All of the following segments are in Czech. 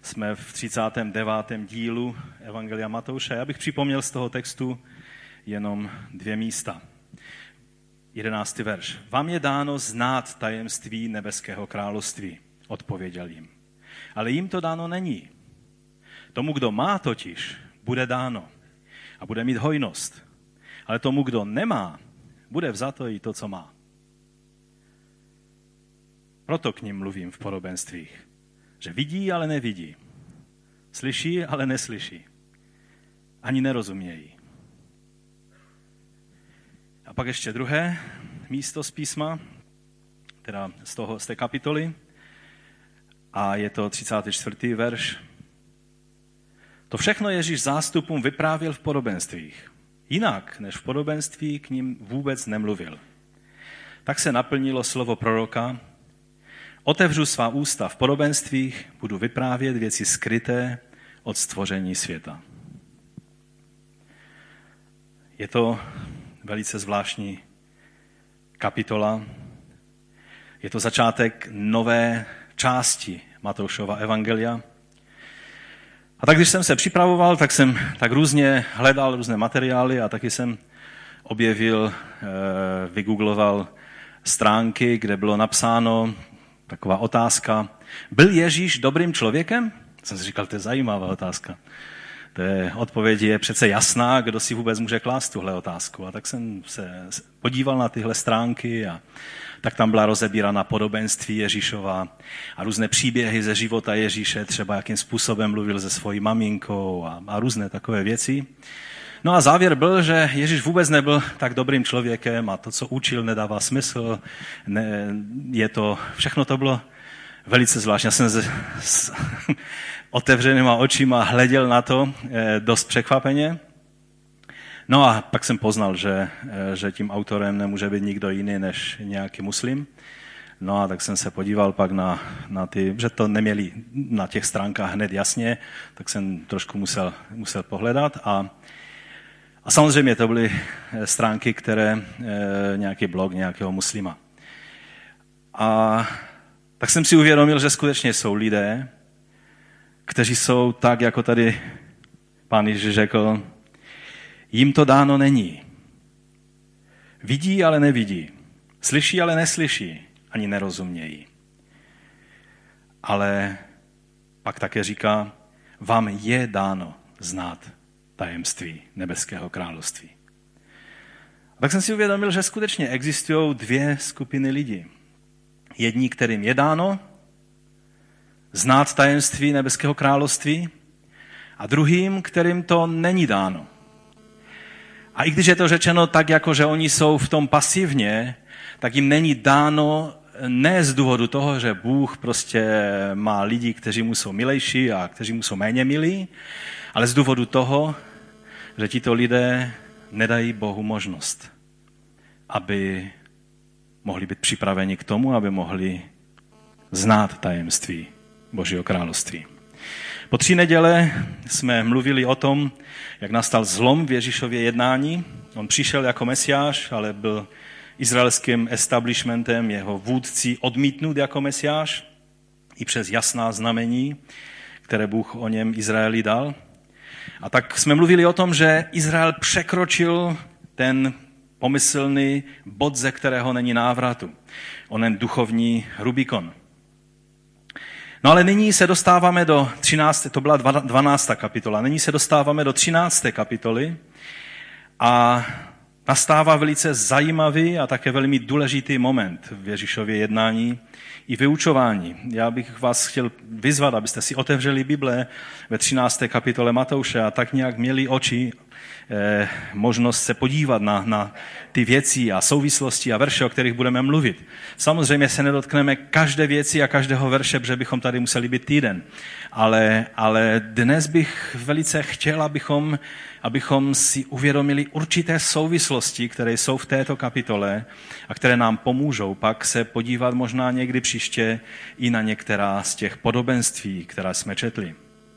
Jsme v 39. dílu Evangelia Matouše. Já bych připomněl z toho textu jenom 2 místa. 11. verš. Vám je dáno znát tajemství nebeského království, odpověděl jim. Ale jim to dáno není. Tomu, kdo má totiž, bude dáno a bude mít hojnost. Ale tomu, kdo nemá, bude vzato i to, co má. Proto k nim mluvím v podobenstvích, že vidí, ale nevidí. Slyší, ale neslyší. Ani nerozumějí. A pak ještě druhé místo z písma, teda z té kapitoly, a je to 34. verš. To všechno Ježíš zástupům vyprávěl v podobenstvích. Jinak než v podobenství k ním vůbec nemluvil. Tak se naplnilo slovo proroka. Otevřu svá ústa v podobenstvích, budu vyprávět věci skryté od stvoření světa. Je to velice zvláštní kapitola. Je to začátek nové části Matoušova evangelia. A tak když jsem se připravoval, tak jsem tak různě hledal různé materiály a taky jsem objevil, vygoogloval stránky, kde bylo napsáno taková otázka. Byl Ježíš dobrým člověkem? Jsem si říkal, to je zajímavá otázka. Odpověď je přece jasná, kdo si vůbec může klást tuhle otázku. A tak jsem se podíval na tyhle stránky a tak tam byla rozebírána podobenství Ježíšova a různé příběhy ze života Ježíše, třeba jakým způsobem mluvil se svojí maminkou a různé takové věci. No a závěr byl, že Ježíš vůbec nebyl tak dobrým člověkem a to, co učil, nedává smysl. Všechno to bylo velice zvláštní. Já jsem s otevřenýma očima hleděl na to dost překvapeně. No a pak jsem poznal, že tím autorem nemůže být nikdo jiný než nějaký muslim. No a tak jsem se podíval pak na ty, že to neměli na těch stránkách hned jasně, tak jsem trošku musel pohledat. A samozřejmě to byly stránky, které nějaký blog nějakého muslima. A tak jsem si uvědomil, že skutečně jsou lidé, kteří jsou tak, jako tady pán Ježíš řekl, jim to dáno není. Vidí, ale nevidí. Slyší, ale neslyší. Ani nerozumějí. Ale pak také říká, vám je dáno znát tajemství nebeského království. A tak jsem si uvědomil, že skutečně existují 2 skupiny lidí. Jedni, kterým je dáno znát tajemství nebeského království a druhým, kterým to není dáno. A i když je to řečeno tak, jako že oni jsou v tom pasivně, tak jim není dáno ne z důvodu toho, že Bůh prostě má lidi, kteří mu jsou milejší a kteří mu jsou méně milí, ale z důvodu toho, že tito lidé nedají Bohu možnost, aby mohli být připraveni k tomu, aby mohli znát tajemství Božího království. Po 3 neděle jsme mluvili o tom, jak nastal zlom v Ježíšově jednání. On přišel jako Mesiáš, ale byl izraelským establishmentem, jeho vůdci odmítnut jako Mesiáš i přes jasná znamení, které Bůh o něm Izraeli dal. A tak jsme mluvili o tom, že Izrael překročil ten pomyslný bod, ze kterého není návratu. Onen duchovní Rubikon. No ale nyní se dostáváme do 13. To byla 12. kapitola. Nyní se dostáváme do 13. kapitoly a nastává velice zajímavý a také velmi důležitý moment v Ježíšově jednání i vyučování. Já bych vás chtěl vyzvat, abyste si otevřeli Bible ve 13. kapitole Matouše a tak nějak měli oči, možnost se podívat na ty věci a souvislosti a verše, o kterých budeme mluvit. Samozřejmě se nedotkneme každé věci a každého verše, protože bychom tady museli být týden. Ale dnes bych velice chtěl, abychom si uvědomili určité souvislosti, které jsou v této kapitole a které nám pomůžou pak se podívat možná někdy příště i na některá z těch podobenství, která jsme četli.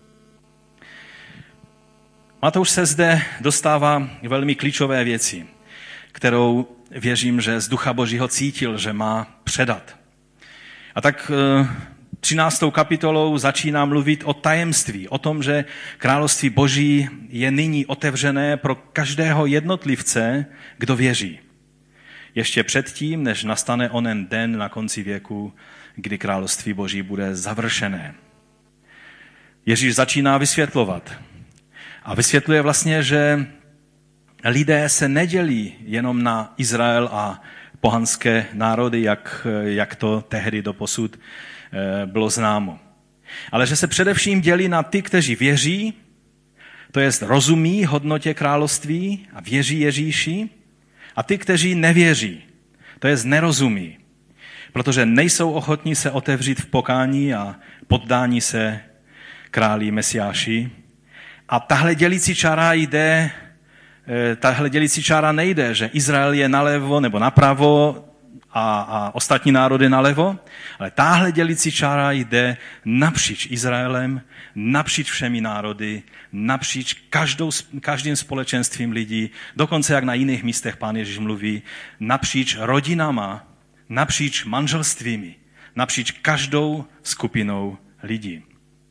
Matouš se zde dostává velmi klíčové věci, kterou věřím, že z Ducha Božího cítil, že má předat. A tak 13. kapitolou začíná mluvit o tajemství, o tom, že království Boží je nyní otevřené pro každého jednotlivce, kdo věří. Ještě předtím, než nastane onen den na konci věku, kdy království Boží bude završené. Ježíš začíná vysvětlovat. A vysvětluje vlastně, že lidé se nedělí jenom na Izrael a pohanské národy, jak to tehdy doposud bylo známo. Ale že se především dělí na ty, kteří věří, to jest rozumí hodnotě království a věří Ježíši, a ty, kteří nevěří, to jest nerozumí, protože nejsou ochotní se otevřít v pokání a poddání se králi Mesiáši. A tahle dělící čára nejde, že Izrael je nalevo nebo napravo a ostatní národy nalevo, ale tahle dělící čára jde napříč Izraelem, napříč všemi národy, napříč každým společenstvím lidí, dokonce jak na jiných místech Pán Ježíš mluví, napříč rodinama, napříč manželstvími, napříč každou skupinou lidí.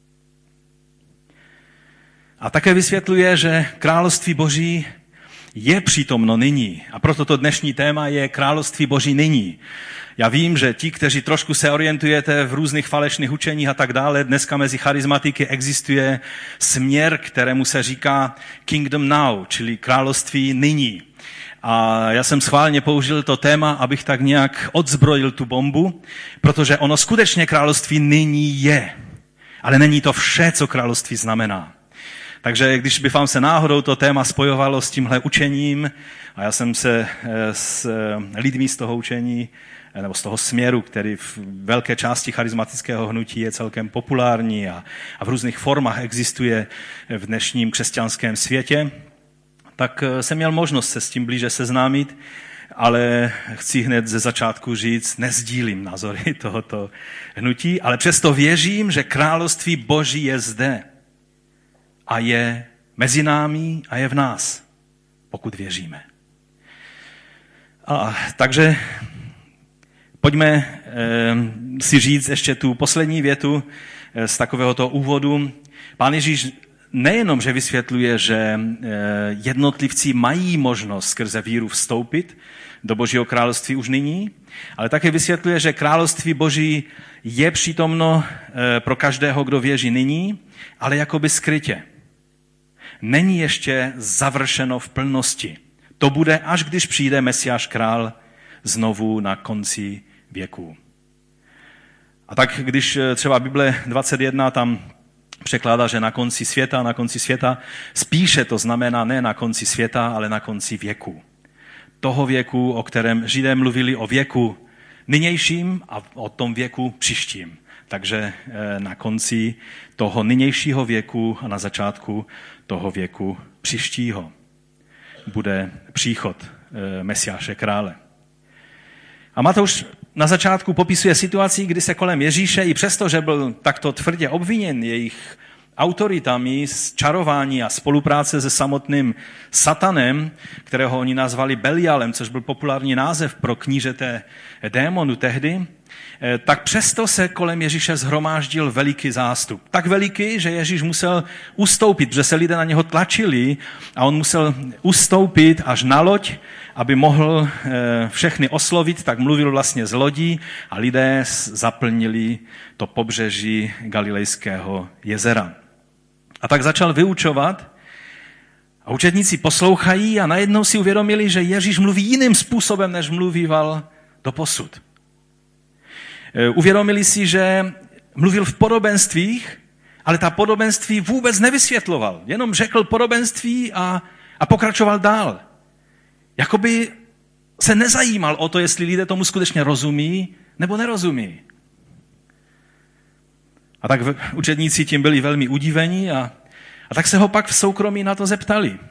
A také vysvětluje, že království Boží je přítomno nyní. A proto to dnešní téma je království Boží nyní. Já vím, že ti, kteří trošku se orientujete v různých falešných učeních a tak dále, dneska mezi charizmatiky existuje směr, kterému se říká Kingdom Now, čili království nyní. A já jsem schválně použil to téma, abych tak nějak odzbrojil tu bombu, protože ono skutečně království nyní je. Ale není to vše, co království znamená. Takže když by vám se náhodou to téma spojovalo s tímhle učením, a já jsem se s lidmi z toho učení, nebo z toho směru, který v velké části charismatického hnutí je celkem populární a v různých formách existuje v dnešním křesťanském světě, tak jsem měl možnost se s tím blíže seznámit, ale chci hned ze začátku říct, nesdílím názory tohoto hnutí, ale přesto věřím, že království Boží je zde. A je mezi námi a je v nás, pokud věříme. Takže pojďme si říct ještě tu poslední větu z takovéhoto úvodu. Pán Ježíš nejenom, že vysvětluje, že jednotlivci mají možnost skrze víru vstoupit do Božího království už nyní, ale také vysvětluje, že království Boží je přítomno pro každého, kdo věří nyní, ale jakoby skrytě. Není ještě završeno v plnosti. To bude, až když přijde Mesiáš král znovu na konci věků. A tak když třeba Bible 21 tam překládá, že na konci světa, spíše to znamená ne na konci světa, ale na konci věku. Toho věku, o kterém Židé mluvili o věku nynějším a o tom věku příštím. Takže na konci toho nynějšího věku a na začátku toho věku příštího bude příchod Mesiáše krále. A Matouš na začátku popisuje situaci, kdy se kolem Ježíše, i přesto, že byl takto tvrdě obviněn jejich autoritami z čarování a spolupráce se samotným satanem, kterého oni nazvali Belialem, což byl populární název pro knížete démonu tehdy, tak přesto se kolem Ježíše shromáždil veliký zástup. Tak veliký, že Ježíš musel ustoupit, protože se lidé na něho tlačili a on musel ustoupit až na loď, aby mohl všechny oslovit, tak mluvil vlastně z lodí a lidé zaplnili to pobřeží Galilejského jezera. A tak začal vyučovat a učedníci poslouchají a najednou si uvědomili, že Ježíš mluví jiným způsobem, než mluvíval doposud. Uvědomili si, že mluvil v podobenstvích, ale ta podobenství vůbec nevysvětloval. Jenom řekl podobenství a pokračoval dál. Jakoby se nezajímal o to, jestli lidé tomu skutečně rozumí nebo nerozumí. A tak učedníci tím byli velmi udiveni a tak se ho pak v soukromí na to zeptali.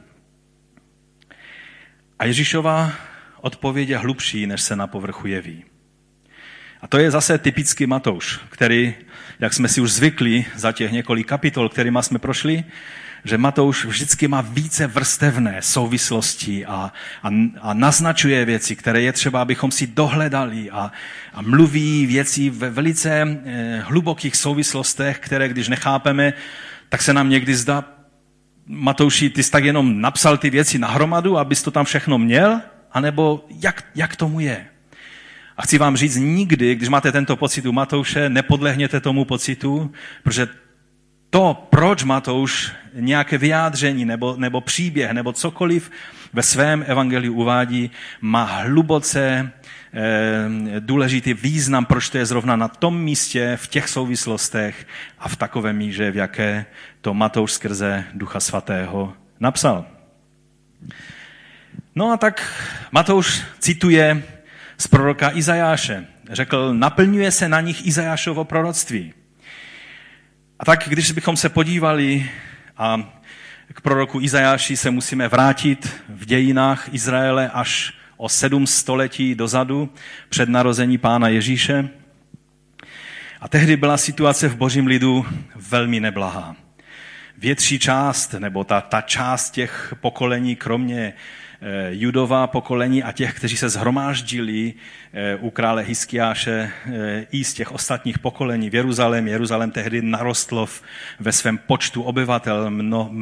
A Ježíšova odpověď je hlubší, než se na povrchu jeví. A to je zase typický Matouš, který, jak jsme si už zvykli za těch několik kapitol, kterýma jsme prošli, že Matouš vždycky má více vrstevné souvislosti a naznačuje věci, které je třeba, abychom si dohledali a mluví věci ve velice hlubokých souvislostech, které když nechápeme, tak se nám někdy zdá, Matouši, ty jsi tak jenom napsal ty věci nahromadu, abys to tam všechno měl, anebo jak tomu je? A chci vám říct, nikdy, když máte tento pocit u Matouše, nepodlehněte tomu pocitu, protože to, proč Matouš nějaké vyjádření nebo příběh nebo cokoliv ve svém evangeliu uvádí, má hluboce důležitý význam, proč to je zrovna na tom místě, v těch souvislostech a v takové míře, v jaké to Matouš skrze Ducha Svatého napsal. No a tak Matouš cituje z proroka Izajáše. Řekl, naplňuje se na nich Izajášovo proroctví. A tak, když bychom se podívali a k proroku Izajáši se musíme vrátit v dějinách Izraele až o 7 století dozadu před narození Pána Ježíše. A tehdy byla situace v božím lidu velmi neblahá. Větší část, nebo ta část těch pokolení, kromě Judova pokolení a těch, kteří se shromáždili u krále Hiskiáše i z těch ostatních pokolení v Jeruzalém. Jeruzalém tehdy narostlo ve svém počtu obyvatel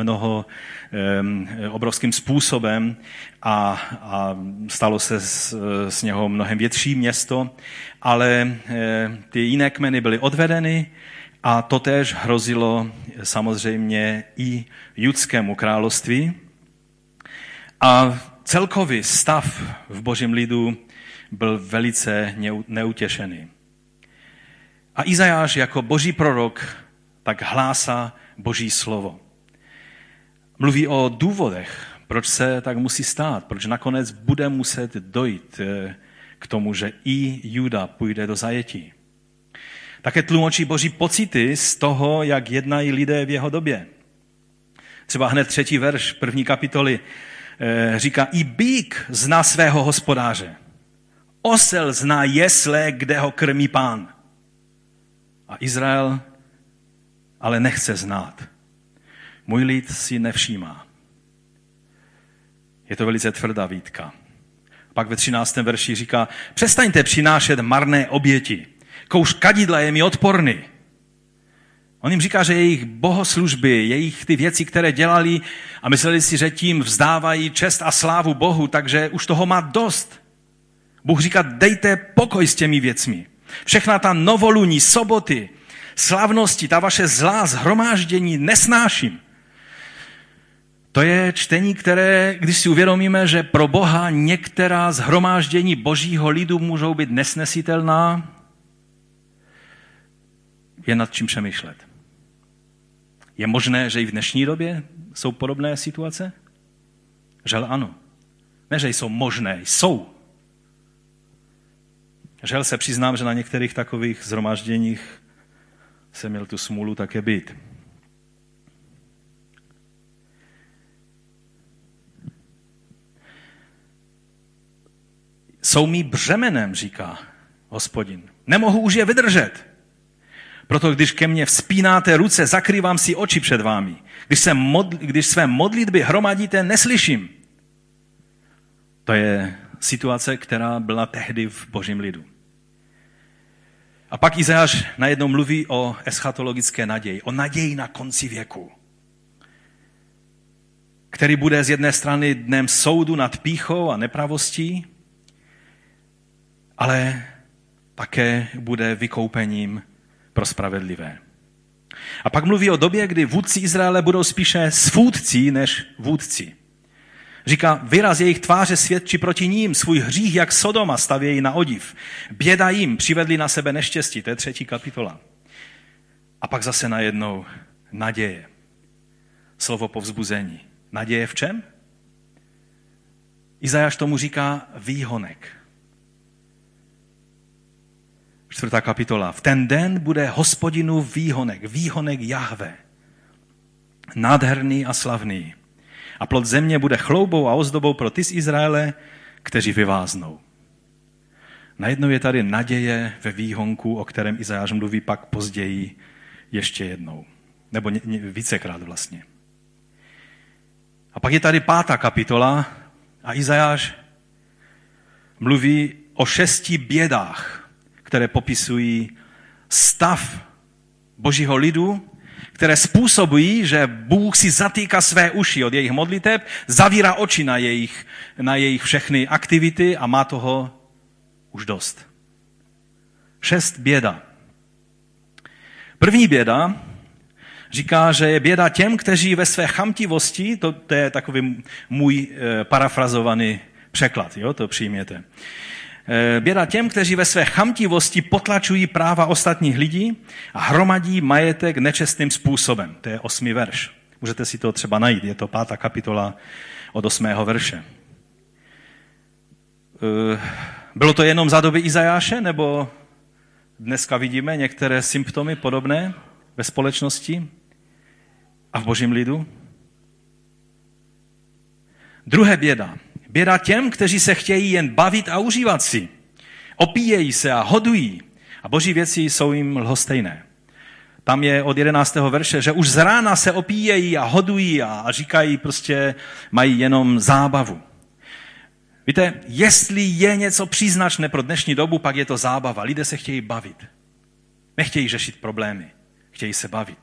obrovským způsobem a stalo se z něho mnohem větší město, ale ty jiné kmeny byly odvedeny a totéž hrozilo samozřejmě i judskému království. A celkový stav v božím lidu byl velice neutěšený. A Izajáš jako boží prorok tak hlásá boží slovo. Mluví o důvodech, proč se tak musí stát, proč nakonec bude muset dojít k tomu, že i Juda půjde do zajetí. Také tlumočí boží pocity z toho, jak jednají lidé v jeho době. Třeba hned 3. verš 1. kapitoly říká, i býk zná svého hospodáře. Osel zná jesle, kde ho krmí Pán. A Izrael ale nechce znát. Můj lid si nevšímá. Je to velice tvrdá výtka. Pak ve 13. verši říká, přestaňte přinášet marné oběti. Kouš kadidla je mi odporný. On jim říká, že jejich bohoslužby, jejich ty věci, které dělali a mysleli si, že tím vzdávají čest a slávu Bohu, takže už toho má dost. Bůh říká, dejte pokoj s těmi věcmi. Všechna ta novoluní, soboty, slavnosti, ta vaše zlá shromáždění nesnáším. To je čtení, které, když si uvědomíme, že pro Boha některá shromáždění božího lidu můžou být nesnesitelná, je nad čím přemýšlet. Je možné, že i v dnešní době jsou podobné situace? Žel ano. Ne, že jsou možné, jsou. Žel se přiznám, že na některých takových shromážděních jsem měl tu smůlu také být. Jsou mi břemenem, říká Hospodin. Nemohu už je vydržet. Proto když ke mně vzpínáte ruce, zakrývám si oči před vámi. Když své modlitby hromadíte, neslyším. To je situace, která byla tehdy v božím lidu. A pak Izajáš najednou mluví o eschatologické naději, o naději na konci věku, který bude z jedné strany dnem soudu nad pýchou a nepravostí, ale také bude vykoupením pro spravedlivé. A pak mluví o době, kdy vůdci Izraele budou spíše svůdci než vůdci. Říká, výraz jejich tváře svědčí proti ním, svůj hřích jak Sodoma stavějí na odiv. Běda jim, přivedli na sebe neštěstí, to je 3. kapitola. A pak zase najednou naděje. Slovo povzbuzení. Naděje v čem? Izajáš tomu říká výhonek. 4. kapitola. V ten den bude Hospodinův výhonek Jahve. Nádherný a slavný. A plod země bude chloubou a ozdobou pro ty z Izraele, kteří vyváznou. Najednou je tady naděje ve výhonku, o kterém Izajáš mluví pak později ještě jednou. Nebo vícekrát vlastně. A pak je tady 5. kapitola a Izajáš mluví o 6 bědách, které popisují stav Božího lidu, které způsobují, že Bůh si zatýká své uši od jejich modliteb, zavírá oči na jejich všechny aktivity a má toho už dost. 6 běda. První běda říká, že je běda těm, kteří ve své chamtivosti, to je takový můj parafrazovaný překlad, jo, to přijměte. Běda těm, kteří ve své chamtivosti potlačují práva ostatních lidí a hromadí majetek nečestným způsobem. To je 8. verš. Můžete si to třeba najít, je to 5. kapitola od 8. verše. Bylo to jenom za doby Izajáše, nebo dneska vidíme některé symptomy podobné ve společnosti a v Božím lidu? Druhé běda. Běda těm, kteří se chtějí jen bavit a užívat si. Opíjejí se a hodují. A Boží věci jsou jim lhostejné. Tam je od 11. verše, že už z rána se opíjejí a hodují a říkají prostě, mají jenom zábavu. Víte, jestli je něco příznačné pro dnešní dobu, pak je to zábava. Lidé se chtějí bavit. Nechtějí řešit problémy. Chtějí se bavit.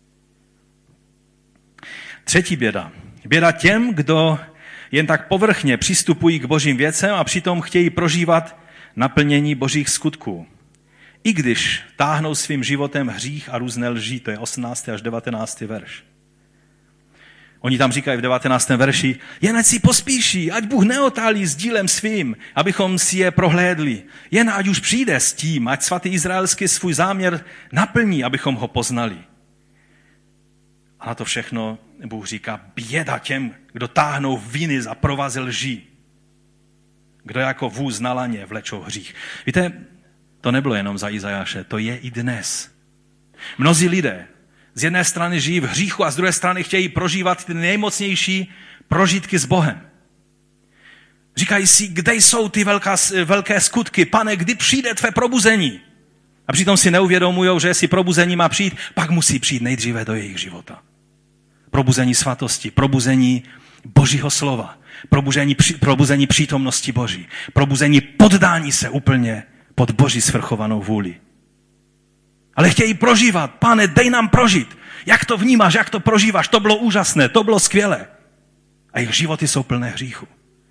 Třetí běda. Běda těm, kdo jen tak povrchně přistupují k Božím věcem a přitom chtějí prožívat naplnění Božích skutků. I když táhnou svým životem hřích a různé lži, to je 18. až 19. verš. Oni tam říkají v 19. verši, jen ať si pospíší, ať Bůh neotálí s dílem svým, abychom si je prohlédli. Jen ať už přijde s tím, ať svatý izraelský svůj záměr naplní, abychom ho poznali. A na to všechno Bůh říká, běda těm, kdo táhnou viny za provazy lží. Kdo jako vůz na laně vlečou hřích. Víte, to nebylo jenom za Izajáše, to je i dnes. Mnozí lidé z jedné strany žijí v hříchu a z druhé strany chtějí prožívat ty nejmocnější prožitky s Bohem. Říkají si, kde jsou ty velké skutky? Pane, kdy přijde tvé probuzení? A přitom si neuvědomují, že jestli probuzení má přijít, pak musí přijít nejdříve do jejich života. Probuzení svatosti, probuzení Božího slova, probuzení přítomnosti Boží, probuzení poddání se úplně pod Boží svrchovanou vůli. Ale chtějí prožívat. Pane, dej nám prožít. Jak to vnímáš, jak to prožíváš? To bylo úžasné, to bylo skvělé. A jejich životy jsou plné hříchu.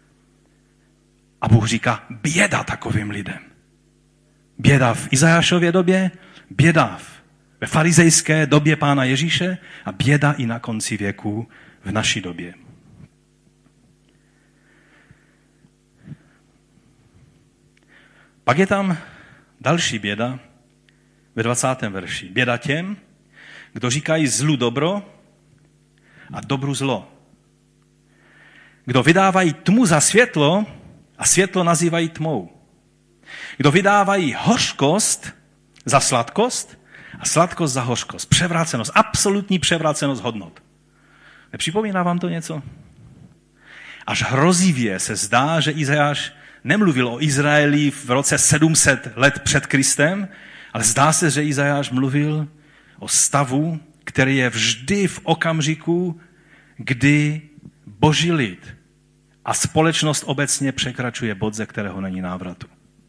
A Bůh říká, běda takovým lidem. Běda v Izajášově době, běda ve farizejské době Pána Ježíše a běda i na konci věku v naší době. Pak je tam další běda ve 20. verši. Běda těm, kdo říkají zlu dobro a dobru zlo. Kdo vydávají tmu za světlo a světlo nazývají tmou. Kdo vydávají hořkost za sladkost a sladkost za hořkost. Převrácenost, absolutní převrácenost hodnot. Nepřipomíná vám to něco? Až hrozivě se zdá, že Izajáš nemluvil o Izraeli v roce 700 let před Kristem, ale zdá se, že Izajáš mluvil o stavu, který je vždy v okamžiku, kdy Boží lid a společnost obecně překračuje bod, ze kterého není návratu.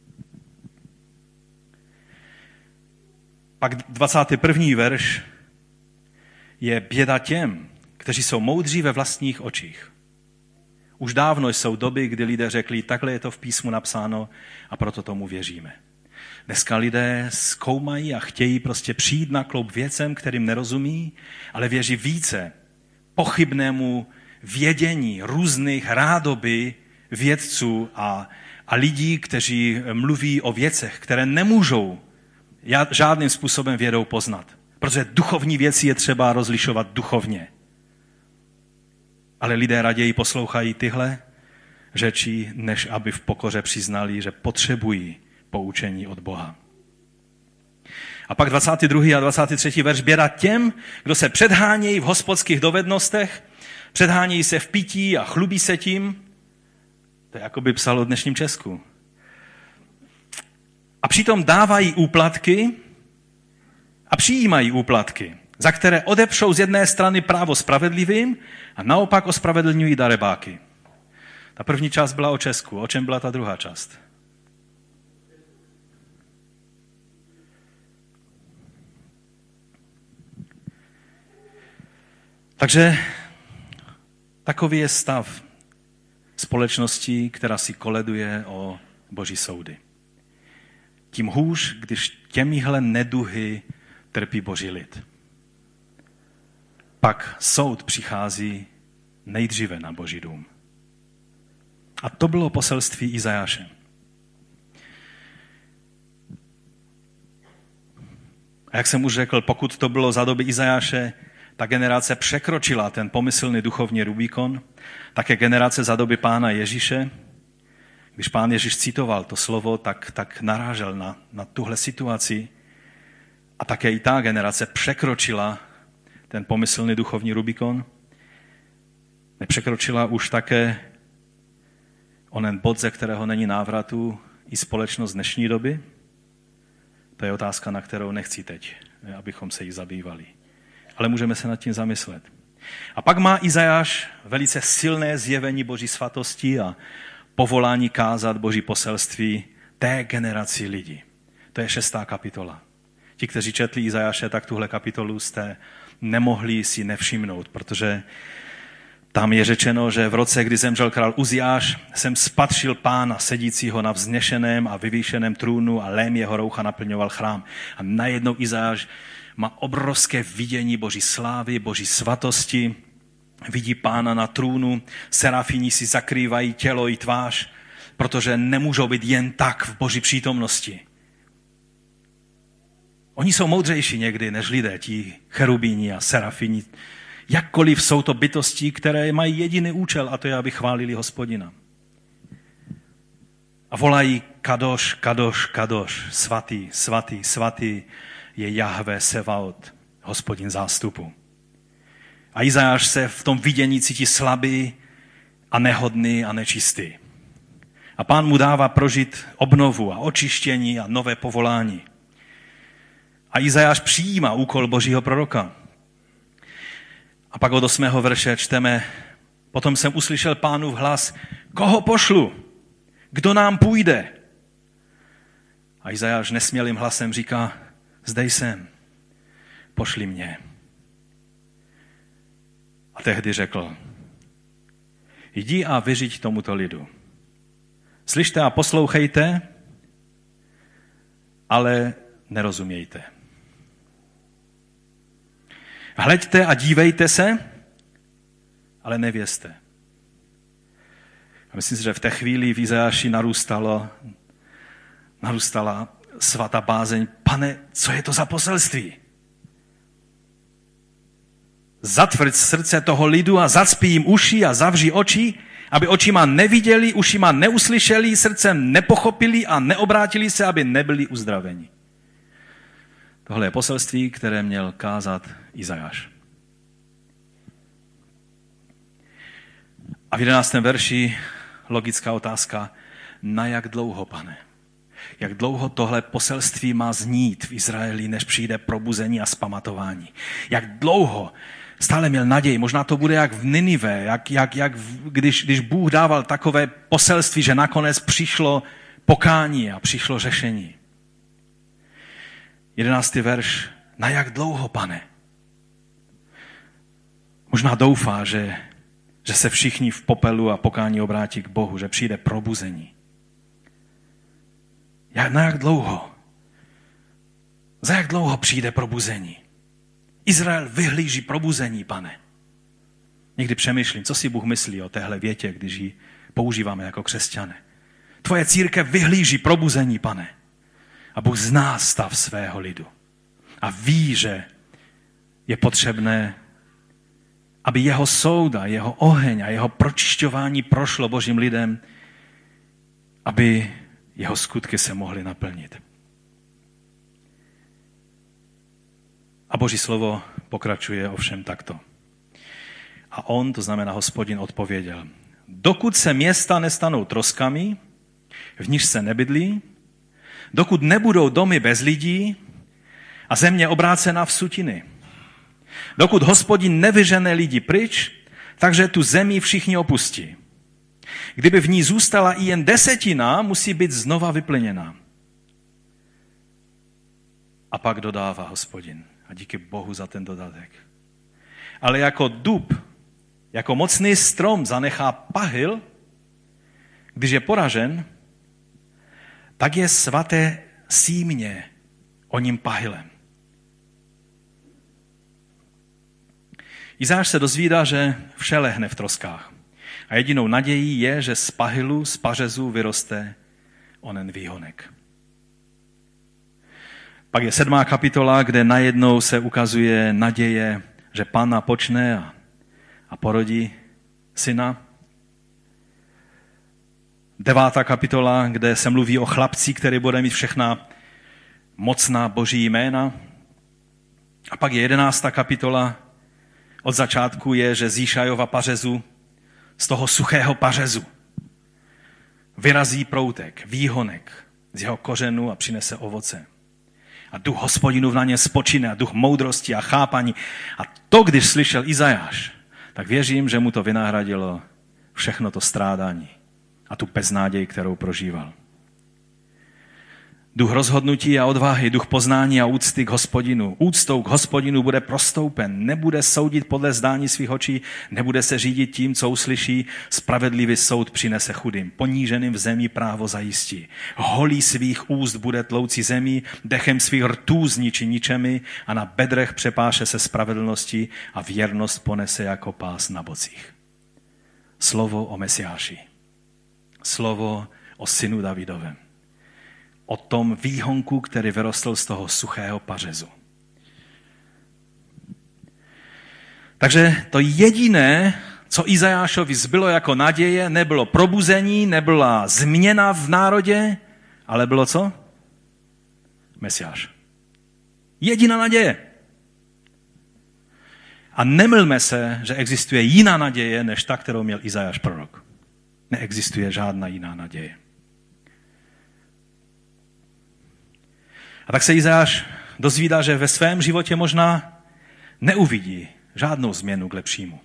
Pak 21. verš je běda těm, kteří jsou moudří ve vlastních očích. Už dávno jsou doby, kdy lidé řekli, takhle je to v písmu napsáno a proto tomu věříme. Dneska lidé zkoumají a chtějí prostě přijít na kloub věcem, kterým nerozumí, ale věří více pochybnému vědění různých rádoby vědců a lidí, kteří mluví o věcech, které nemůžou žádným způsobem vědou poznat. Protože duchovní věci je třeba rozlišovat duchovně. Ale lidé raději poslouchají tyhle řeči, než aby v pokoře přiznali, že potřebují poučení od Boha. A pak 22. a 23. verš běda těm, kdo se předhánějí v hospodských dovednostech, předhánějí se v pití a chlubí se tím. To je jako by psalo v dnešním Česku. A přitom dávají úplatky a přijímají úplatky. za které odepřou z jedné strany právo spravedlivým a naopak ospravedlňují darebáky. Ta první část byla o Česku. O čem byla ta druhá část? Takže takový je stav společnosti, která si koleduje o Boží soudy. Tím hůř, když těmihle neduhy trpí Boží lid. Pak soud přichází nejdříve na Boží dům. A to bylo poselství Izajáše. A jak jsem už řekl, pokud to bylo za doby Izajáše, ta generace překročila ten pomyslný duchovní Rubikon, také generace za doby Pána Ježíše. Když Pán Ježíš citoval to slovo, tak narážel na tuhle situaci. A také i ta generace překročila ten pomyslný duchovní Rubikon. Nepřekročila už také onen bod, ze kterého není návratu, i společnost dnešní doby? To je otázka, na kterou nechci teď, abychom se jí zabývali. Ale můžeme se nad tím zamyslet. A pak má Izajáš velice silné zjevení Boží svatosti a povolání kázat Boží poselství té generaci lidí. To je 6. kapitola. Ti, kteří četli Izajáše, tak tuhle kapitolu jste nemohli si nevšimnout, protože tam je řečeno, že v roce, kdy zemřel král Uziáš, jsem spatřil Pána sedícího na vznešeném a vyvýšeném trůnu a lém jeho roucha naplňoval chrám. A najednou Izajáš má obrovské vidění Boží slávy, Boží svatosti. Vidí Pána na trůnu, serafini si zakrývají tělo i tvář, protože nemůžou být jen tak v Boží přítomnosti. Oni jsou moudřejší někdy než lidé, ti cherubíni a serafini. Jakkoliv jsou to bytosti, které mají jediný účel, a to je, aby chválili Hospodina. A volají Kadoš, Kadoš, Kadoš, svatý, svatý, svatý je Jahve Sevaot, Hospodin zástupu. A Izajáš se v tom vidění cítí slabý a nehodný a nečistý. A Pán mu dává prožít obnovu a očištění a nové povolání. A Izajáš přijímá úkol Božího proroka. A pak od 8. verše čteme, potom jsem uslyšel Pánův hlas, koho pošlu? Kdo nám půjde? A Izajáš nesmělým hlasem říká, zde jsem, pošli mě. A tehdy řekl, jdi a vyřiď tomuto lidu. Slyšte a poslouchejte, ale nerozumějte. Hleďte a dívejte se, ale nevězte. A myslím si, že v té chvíli v Izajáši narůstala svatá bázeň. Pane, co je to za poselství? Zatvrď srdce toho lidu a zacpí jim uši a zavři oči, aby očima neviděli, ušima neuslyšeli, srdcem nepochopili a neobrátili se, aby nebyli uzdraveni. Tohle je poselství, které měl kázat Izajáš. A v 11. verši logická otázka, na jak dlouho, Pane? Jak dlouho tohle poselství má znít v Izraeli, než přijde probuzení a zpamatování? Jak dlouho? Stále měl naději, možná to bude jak v Ninive, když Bůh dával takové poselství, že nakonec přišlo pokání a přišlo řešení. 11. verš, na jak dlouho, Pane? Možná doufá, že se všichni v popelu a pokání obrátí k Bohu, že přijde probuzení. Na jak dlouho? Za jak dlouho přijde probuzení? Izrael vyhlíží probuzení, Pane. Někdy přemýšlím, co si Bůh myslí o téhle větě, když ji používáme jako křesťané. Tvoje církev vyhlíží probuzení, Pane. A Bůh zná stav svého lidu. A ví, že je potřebné, aby jeho soud a jeho oheň a jeho pročišťování prošlo Božím lidem, aby jeho skutky se mohly naplnit. A Boží slovo pokračuje ovšem takto. A on, to znamená Hospodin, odpověděl, dokud se města nestanou troskami, v níž se nebydlí, dokud nebudou domy bez lidí a země obrácená v sutiny, dokud Hospodin nevyžene lidi pryč, takže tu zemi všichni opustí. Kdyby v ní zůstala i jen 10, musí být znova vyplněna. A pak dodává Hospodin. A díky Bohu za ten dodatek. Ale jako dub, jako mocný strom zanechá pahyl, když je poražen, tak je svaté símě o ním pahylem. Izáš se dozvídá, že vše lehne v troskách. A jedinou nadějí je, že z pahylu, z pařezu vyroste onen výhonek. Pak je 7. kapitola, kde najednou se ukazuje naděje, že Panna počne a porodí syna. 9. kapitola, kde se mluví o chlapci, který bude mít všechna mocná boží jména. A pak je 11. kapitola, od začátku je, že z Jíšajova pařezu, z toho suchého pařezu, vyrazí proutek, výhonek z jeho kořenu a přinese ovoce. A duch Hospodinův na ně spočine a duch moudrosti a chápaní. A to, když slyšel Izajáš, tak věřím, že mu to vynahradilo všechno to strádání a tu beznáděj, kterou prožíval. Duch rozhodnutí a odvahy, duch poznání a úcty k Hospodinu. Úctou k Hospodinu bude prostoupen, nebude soudit podle zdání svých očí, nebude se řídit tím, co uslyší, spravedlivý soud přinese chudým, poníženým v zemi právo zajistí. Holí svých úst bude tloucí zemi, dechem svých rtů zničí ničemi a na bedrech přepáše se spravedlností a věrnost ponese jako pás na bocích. Slovo o Mesiáši. Slovo o synu Davidovem. O tom výhonku, který vyrostl z toho suchého pařezu. Takže to jediné, co Izajášovi zbylo jako naděje, nebylo probuzení, nebyla změna v národě, ale bylo co? Mesiáš. Jediná naděje. A nemylme se, že existuje jiná naděje, než ta, kterou měl Izajáš prorok. Neexistuje žádná jiná naděje. A tak se Izajáš dozvídá, že ve svém životě možná neuvidí žádnou změnu k lepšímu.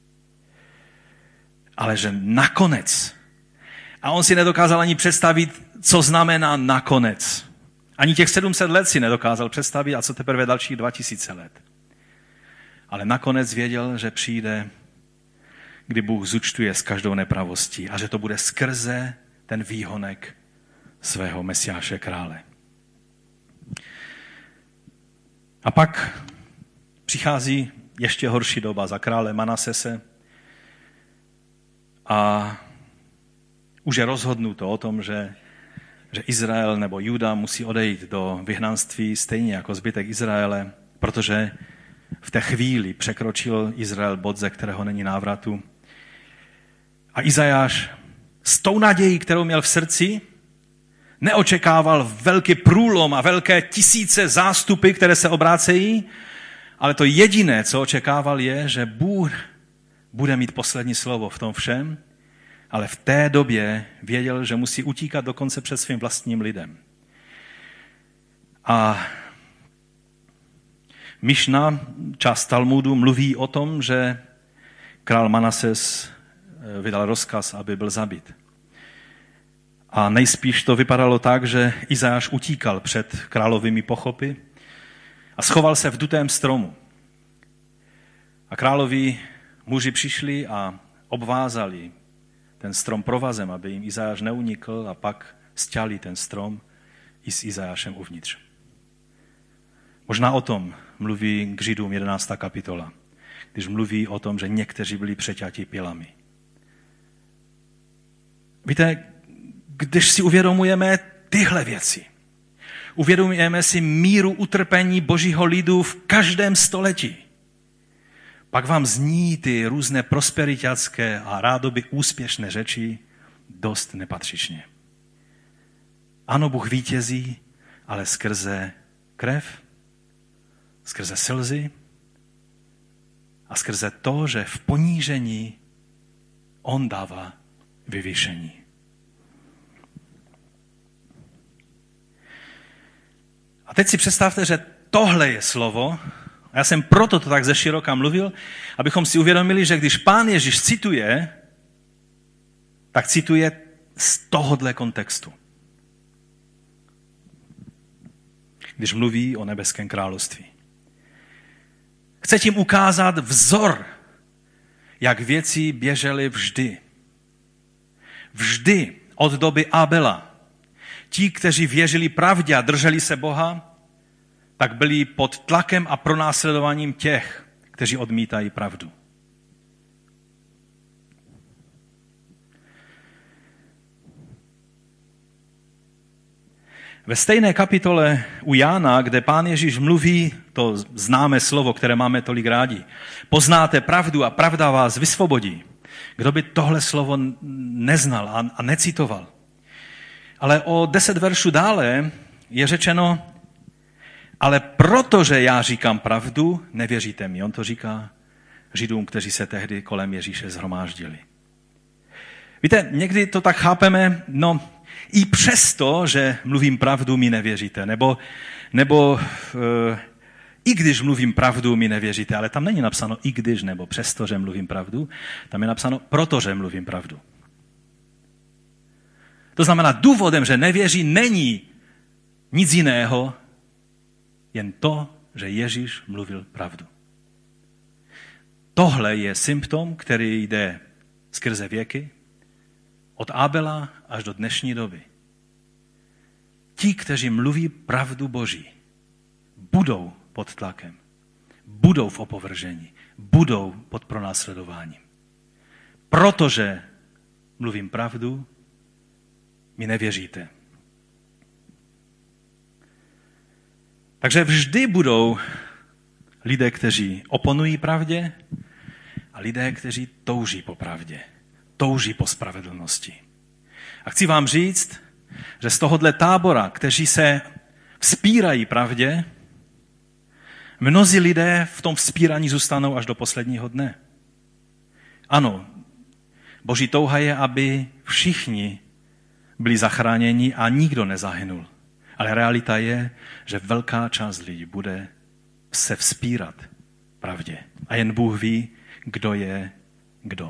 Ale že nakonec, a on si nedokázal ani představit, co znamená nakonec. Ani těch 700 let si nedokázal představit, a co teprve dalších 2000 let. Ale nakonec věděl, že přijde, kdy Bůh zúčtuje s každou nepravostí a že to bude skrze ten výhonek svého Mesiáše krále. A pak přichází ještě horší doba za krále Manasese a už je rozhodnuto o tom, že Izrael nebo Juda musí odejít do vyhnanství stejně jako zbytek Izraele, protože v té chvíli překročil Izrael bod, ze kterého není návratu. A Izajáš s tou nadějí, kterou měl v srdci, neočekával velký průlom a velké tisíce zástupy, které se obrácejí, ale to jediné, co očekával, je, že Bůh bude mít poslední slovo v tom všem, ale v té době věděl, že musí utíkat dokonce před svým vlastním lidem. A Mišna, část Talmudu, mluví o tom, že král Manases vydal rozkaz, aby byl zabit. A nejspíš to vypadalo tak, že Izajáš utíkal před královými pochopy a schoval se v dutém stromu. A královí muži přišli a obvázali ten strom provazem, aby jim Izajáš neunikl, a pak sťali ten strom i s Izajášem uvnitř. Možná o tom mluví k Židům 11. kapitola, když mluví o tom, že někteří byli přeťati pilami. Víte, když si uvědomujeme tyhle věci, uvědomujeme si míru utrpení božího lidu v každém století, pak vám zní ty různé prosperitácké a rádoby úspěšné řeči dost nepatřičně. Ano, Bůh vítězí, ale skrze krev, skrze slzy a skrze to, že v ponížení on dává vyvýšení. A teď si představte, že tohle je slovo, A já jsem proto to tak ze široka mluvil, abychom si uvědomili, že když Pán Ježíš cituje, tak cituje z tohohle kontextu. Když mluví o nebeském království. Chce tím ukázat vzor, jak věci běžely vždy. Vždy od doby Abela. Ti, kteří věřili pravdě a drželi se Boha, tak byli pod tlakem a pronásledováním těch, kteří odmítají pravdu. Ve stejné kapitole u Jána, kde Pán Ježíš mluví, to známé slovo, které máme tolik rádi, poznáte pravdu a pravda vás vysvobodí. Kdo by tohle slovo neznal a necitoval? Ale o 10 veršů dále je řečeno, ale protože já říkám pravdu, nevěříte mi. On to říká Židům, kteří se tehdy kolem Ježíše shromáždili. Víte, někdy to tak chápeme, i přesto, že mluvím pravdu, mi nevěříte. Nebo i když mluvím pravdu, mi nevěříte. Ale tam není napsáno i když, nebo přesto, že mluvím pravdu. Tam je napsáno protože mluvím pravdu. To znamená, důvodem, že nevěří, není nic jiného, jen to, že Ježíš mluvil pravdu. Tohle je symptom, který jde skrze věky, od Abela až do dnešní doby. Ti, kteří mluví pravdu Boží, budou pod tlakem, budou v opovržení, budou pod pronásledováním. Protože mluvím pravdu, mi nevěříte. Takže vždy budou lidé, kteří oponují pravdě a lidé, kteří touží po pravdě, touží po spravedlnosti. A chci vám říct, že z tohohle tábora, kteří se vzpírají pravdě, mnozí lidé v tom vzpírání zůstanou až do posledního dne. Ano, Boží touha je, aby všichni byli zachráněni a nikdo nezahynul. Ale realita je, že velká část lidí bude se vzpírat pravdě. A jen Bůh ví, kdo je kdo.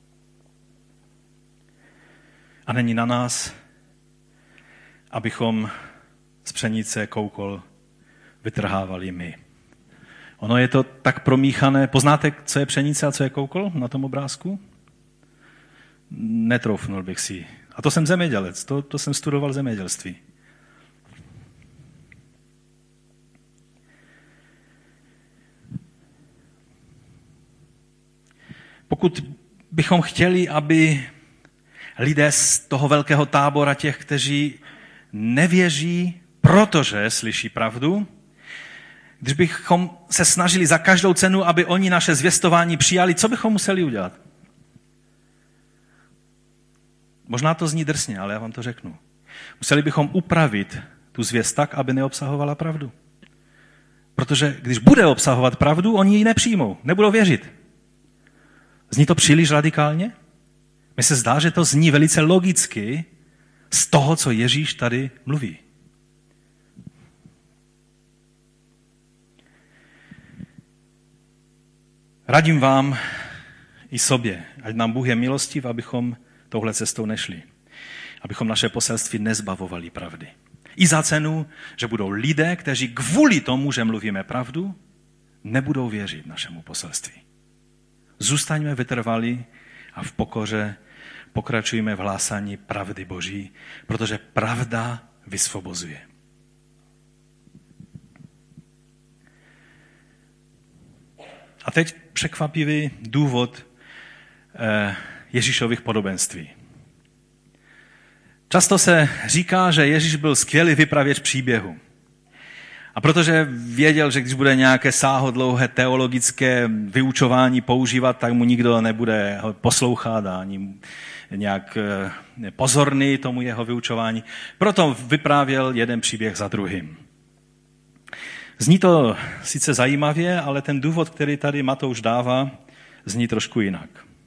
A není na nás, abychom z pšenice koukol vytrhávali my. Ono je to tak promíchané. Poznáte, co je pšenice a co je koukol na tom obrázku? Netroufnul bych si. A to jsem zemědělec, to jsem studoval zemědělství. Pokud bychom chtěli, aby lidé z toho velkého tábora těch, kteří nevěří, protože slyší pravdu, když bychom se snažili za každou cenu, aby oni naše zvěstování přijali, co bychom museli udělat? Možná to zní drsně, ale já vám to řeknu. Museli bychom upravit tu zvěst tak, aby neobsahovala pravdu. Protože když bude obsahovat pravdu, oni ji nepřijmou, nebudou věřit. Zní to příliš radikálně? Mně se zdá, že to zní velice logicky z toho, co Ježíš tady mluví. Radím vám i sobě, ať nám Bůh je milostiv, abychom touhle cestou nešli. Abychom naše poselství nezbavovali pravdy. I za cenu, že budou lidé, kteří kvůli tomu, že mluvíme pravdu, nebudou věřit našemu poselství. Zůstaňme vytrvalí a v pokoře pokračujme v hlásání pravdy Boží, protože pravda vysvobozuje. A teď překvapivý důvod Ježíšových podobenství. Často se říká, že Ježíš byl skvělý vypravěč příběhu. A protože věděl, že když bude nějaké sáhodlouhé teologické vyučování používat, tak mu nikdo nebude poslouchat ani nějak pozorný tomu jeho vyučování. Proto vyprávěl jeden příběh za druhým. Zní to sice zajímavě, ale ten důvod, který tady Matouš dává, zní trošku jinak.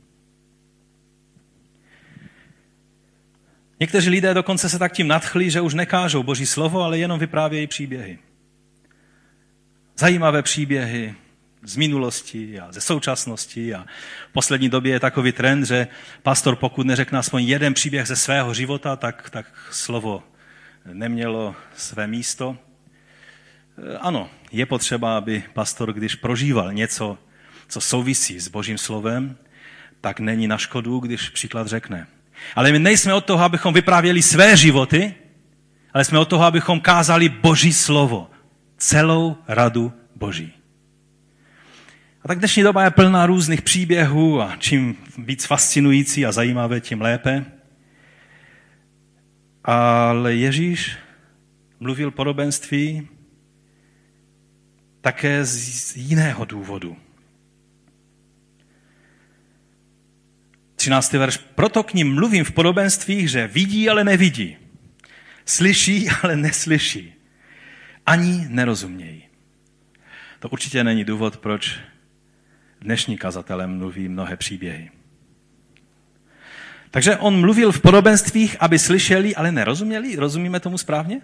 Někteří lidé dokonce se tak tím nadchli, že už nekážou Boží slovo, ale jenom vyprávějí příběhy. Zajímavé příběhy z minulosti a ze současnosti. A v poslední době je takový trend, že pastor, pokud neřekne aspoň jeden příběh ze svého života, tak slovo nemělo své místo. Ano, je potřeba, aby pastor, když prožíval něco, co souvisí s Božím slovem, tak není na škodu, když příklad řekne. Ale my nejsme od toho, abychom vyprávěli své životy, ale jsme od toho, abychom kázali Boží slovo. Celou radu Boží. A tak dnešní doba je plná různých příběhů a čím víc fascinující a zajímavé, tím lépe. Ale Ježíš mluvil podobenství také z jiného důvodu. 13. verš. Proto k ním mluvím v podobenstvích, že vidí, ale nevidí. Slyší, ale neslyší. Ani nerozumějí. To určitě není důvod, proč dnešní kazatelé mluví mnohé příběhy. Takže on mluvil v podobenstvích, aby slyšeli, ale nerozuměli. Rozumíme tomu správně?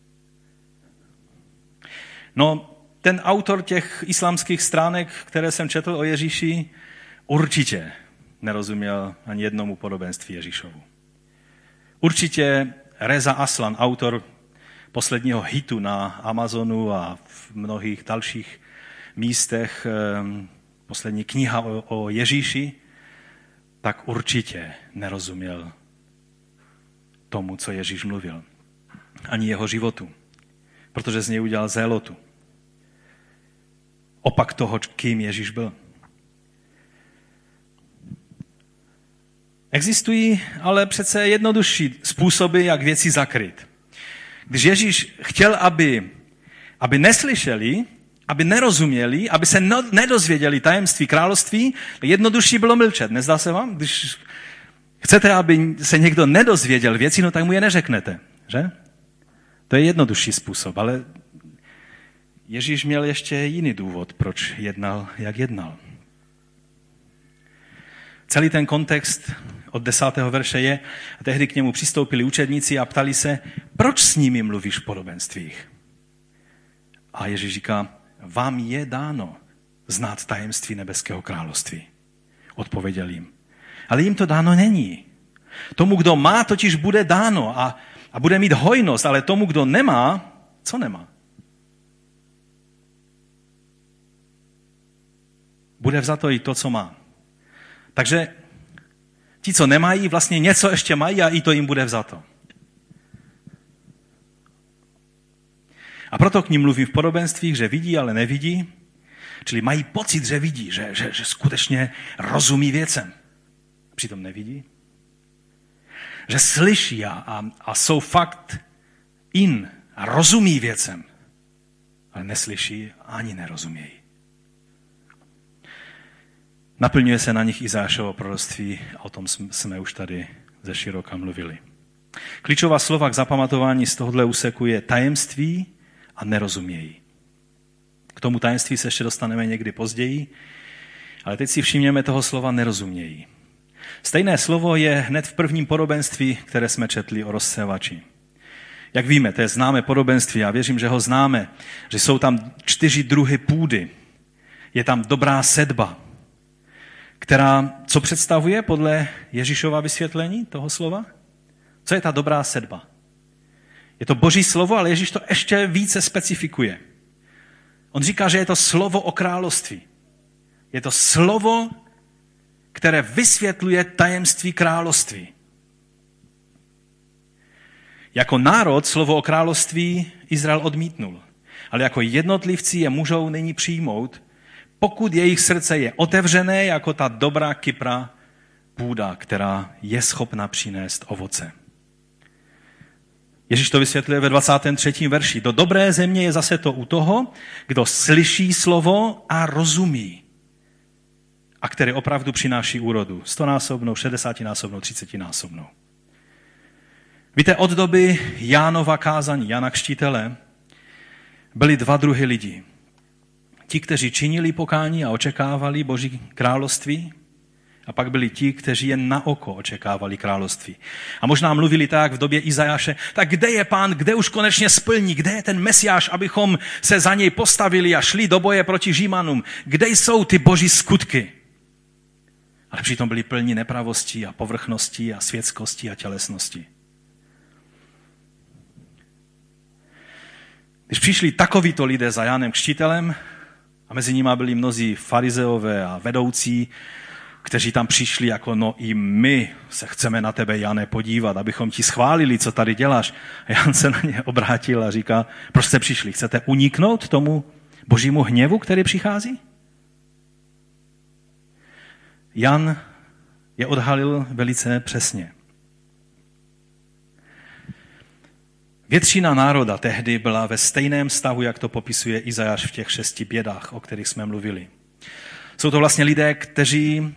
No, ten autor těch islámských stránek, které jsem četl o Ježíši, určitě nerozuměl ani jednomu podobenství Ježíšovu. Určitě Reza Aslan, autor posledního hitu na Amazonu a v mnohých dalších místech, poslední kniha o Ježíši, tak určitě nerozuměl tomu, co Ježíš mluvil. Ani jeho životu, protože z něj udělal zélotu. Opak toho, kým Ježíš byl. Existují ale přece jednodušší způsoby, jak věci zakryt. Když Ježíš chtěl, aby neslyšeli, aby nerozuměli, aby se nedozvěděli tajemství království, jednodušší bylo mlčet. Nezdá se vám? Když chcete, aby se někdo nedozvěděl věci, no tak mu je neřeknete. Že? To je jednodušší způsob, ale Ježíš měl ještě jiný důvod, proč jednal, jak jednal. Celý ten kontext od 10. verše je, a tehdy k němu přistoupili učedníci a ptali se, proč s nimi mluvíš v podobenstvích? A Ježíš říká, vám je dáno znát tajemství nebeského království. Odpověděl jim. Ale jim to dáno není. Tomu, kdo má, totiž bude dáno a bude mít hojnost, ale tomu, kdo nemá, co nemá? Bude vzato i to, co má. Takže ti, co nemají, vlastně něco ještě mají a i to jim bude vzato. A proto k ním mluvím v podobenstvích, že vidí, ale nevidí. Čili mají pocit, že vidí, že skutečně rozumí věcem. Přitom nevidí. Že slyší a jsou fakt a rozumí věcem. Ale neslyší ani nerozumějí. Naplňuje se na nich Izášovo proroctví a o tom jsme už tady ze široka mluvili. Klíčová slova k zapamatování z tohohle úseku je tajemství a nerozumějí. K tomu tajemství se ještě dostaneme někdy později, ale teď si všimněme toho slova nerozumějí. Stejné slovo je hned v prvním podobenství, které jsme četli o rozsévači. Jak víme, to je známé podobenství, já věřím, že ho známe, že jsou tam 4 druhy půdy. Je tam dobrá sedba, která, co představuje podle Ježíšova vysvětlení toho slova? Co je ta dobrá sedba? Je to Boží slovo, ale Ježíš to ještě více specifikuje. On říká, že je to slovo o království. Je to slovo, které vysvětluje tajemství království. Jako národ slovo o království Izrael odmítnul, ale jako jednotlivci je můžou nyní přijmout, pokud jejich srdce je otevřené jako ta dobrá kypra půda, která je schopna přinést ovoce. Ježíš to vysvětluje ve 23. verši. Do dobré země je zase to u toho, kdo slyší slovo a rozumí. A který opravdu přináší úrodu. 100násobnou, 60násobnou, 30násobnou. Víte, od doby Jánova kázání, Jana Křtitele, byly 2 druhy lidí. Ti, kteří činili pokání a očekávali Boží království, A pak byli ti, kteří jen na oko očekávali království. A možná mluvili tak v době Izajáše, tak kde je Pán, kde už konečně splní, kde je ten Mesiáš, abychom se za něj postavili a šli do boje proti Římanům. Kde jsou ty boží skutky? Ale přitom byli plní nepravostí a povrchností a světskosti a tělesnosti. Když přišli takovýto lidé za Janem Křtitelem, a mezi nimi byli mnozí farizeové a vedoucí, kteří tam přišli jako, no i my se chceme na tebe, Jane, podívat, abychom ti schválili, co tady děláš. A Jan se na ně obrátil a říká, proč jste přišli? Chcete uniknout tomu božímu hněvu, který přichází? Jan je odhalil velice přesně. Většina národa tehdy byla ve stejném stavu, jak to popisuje Izajáš v těch 6 bědách, o kterých jsme mluvili. Jsou to vlastně lidé, kteří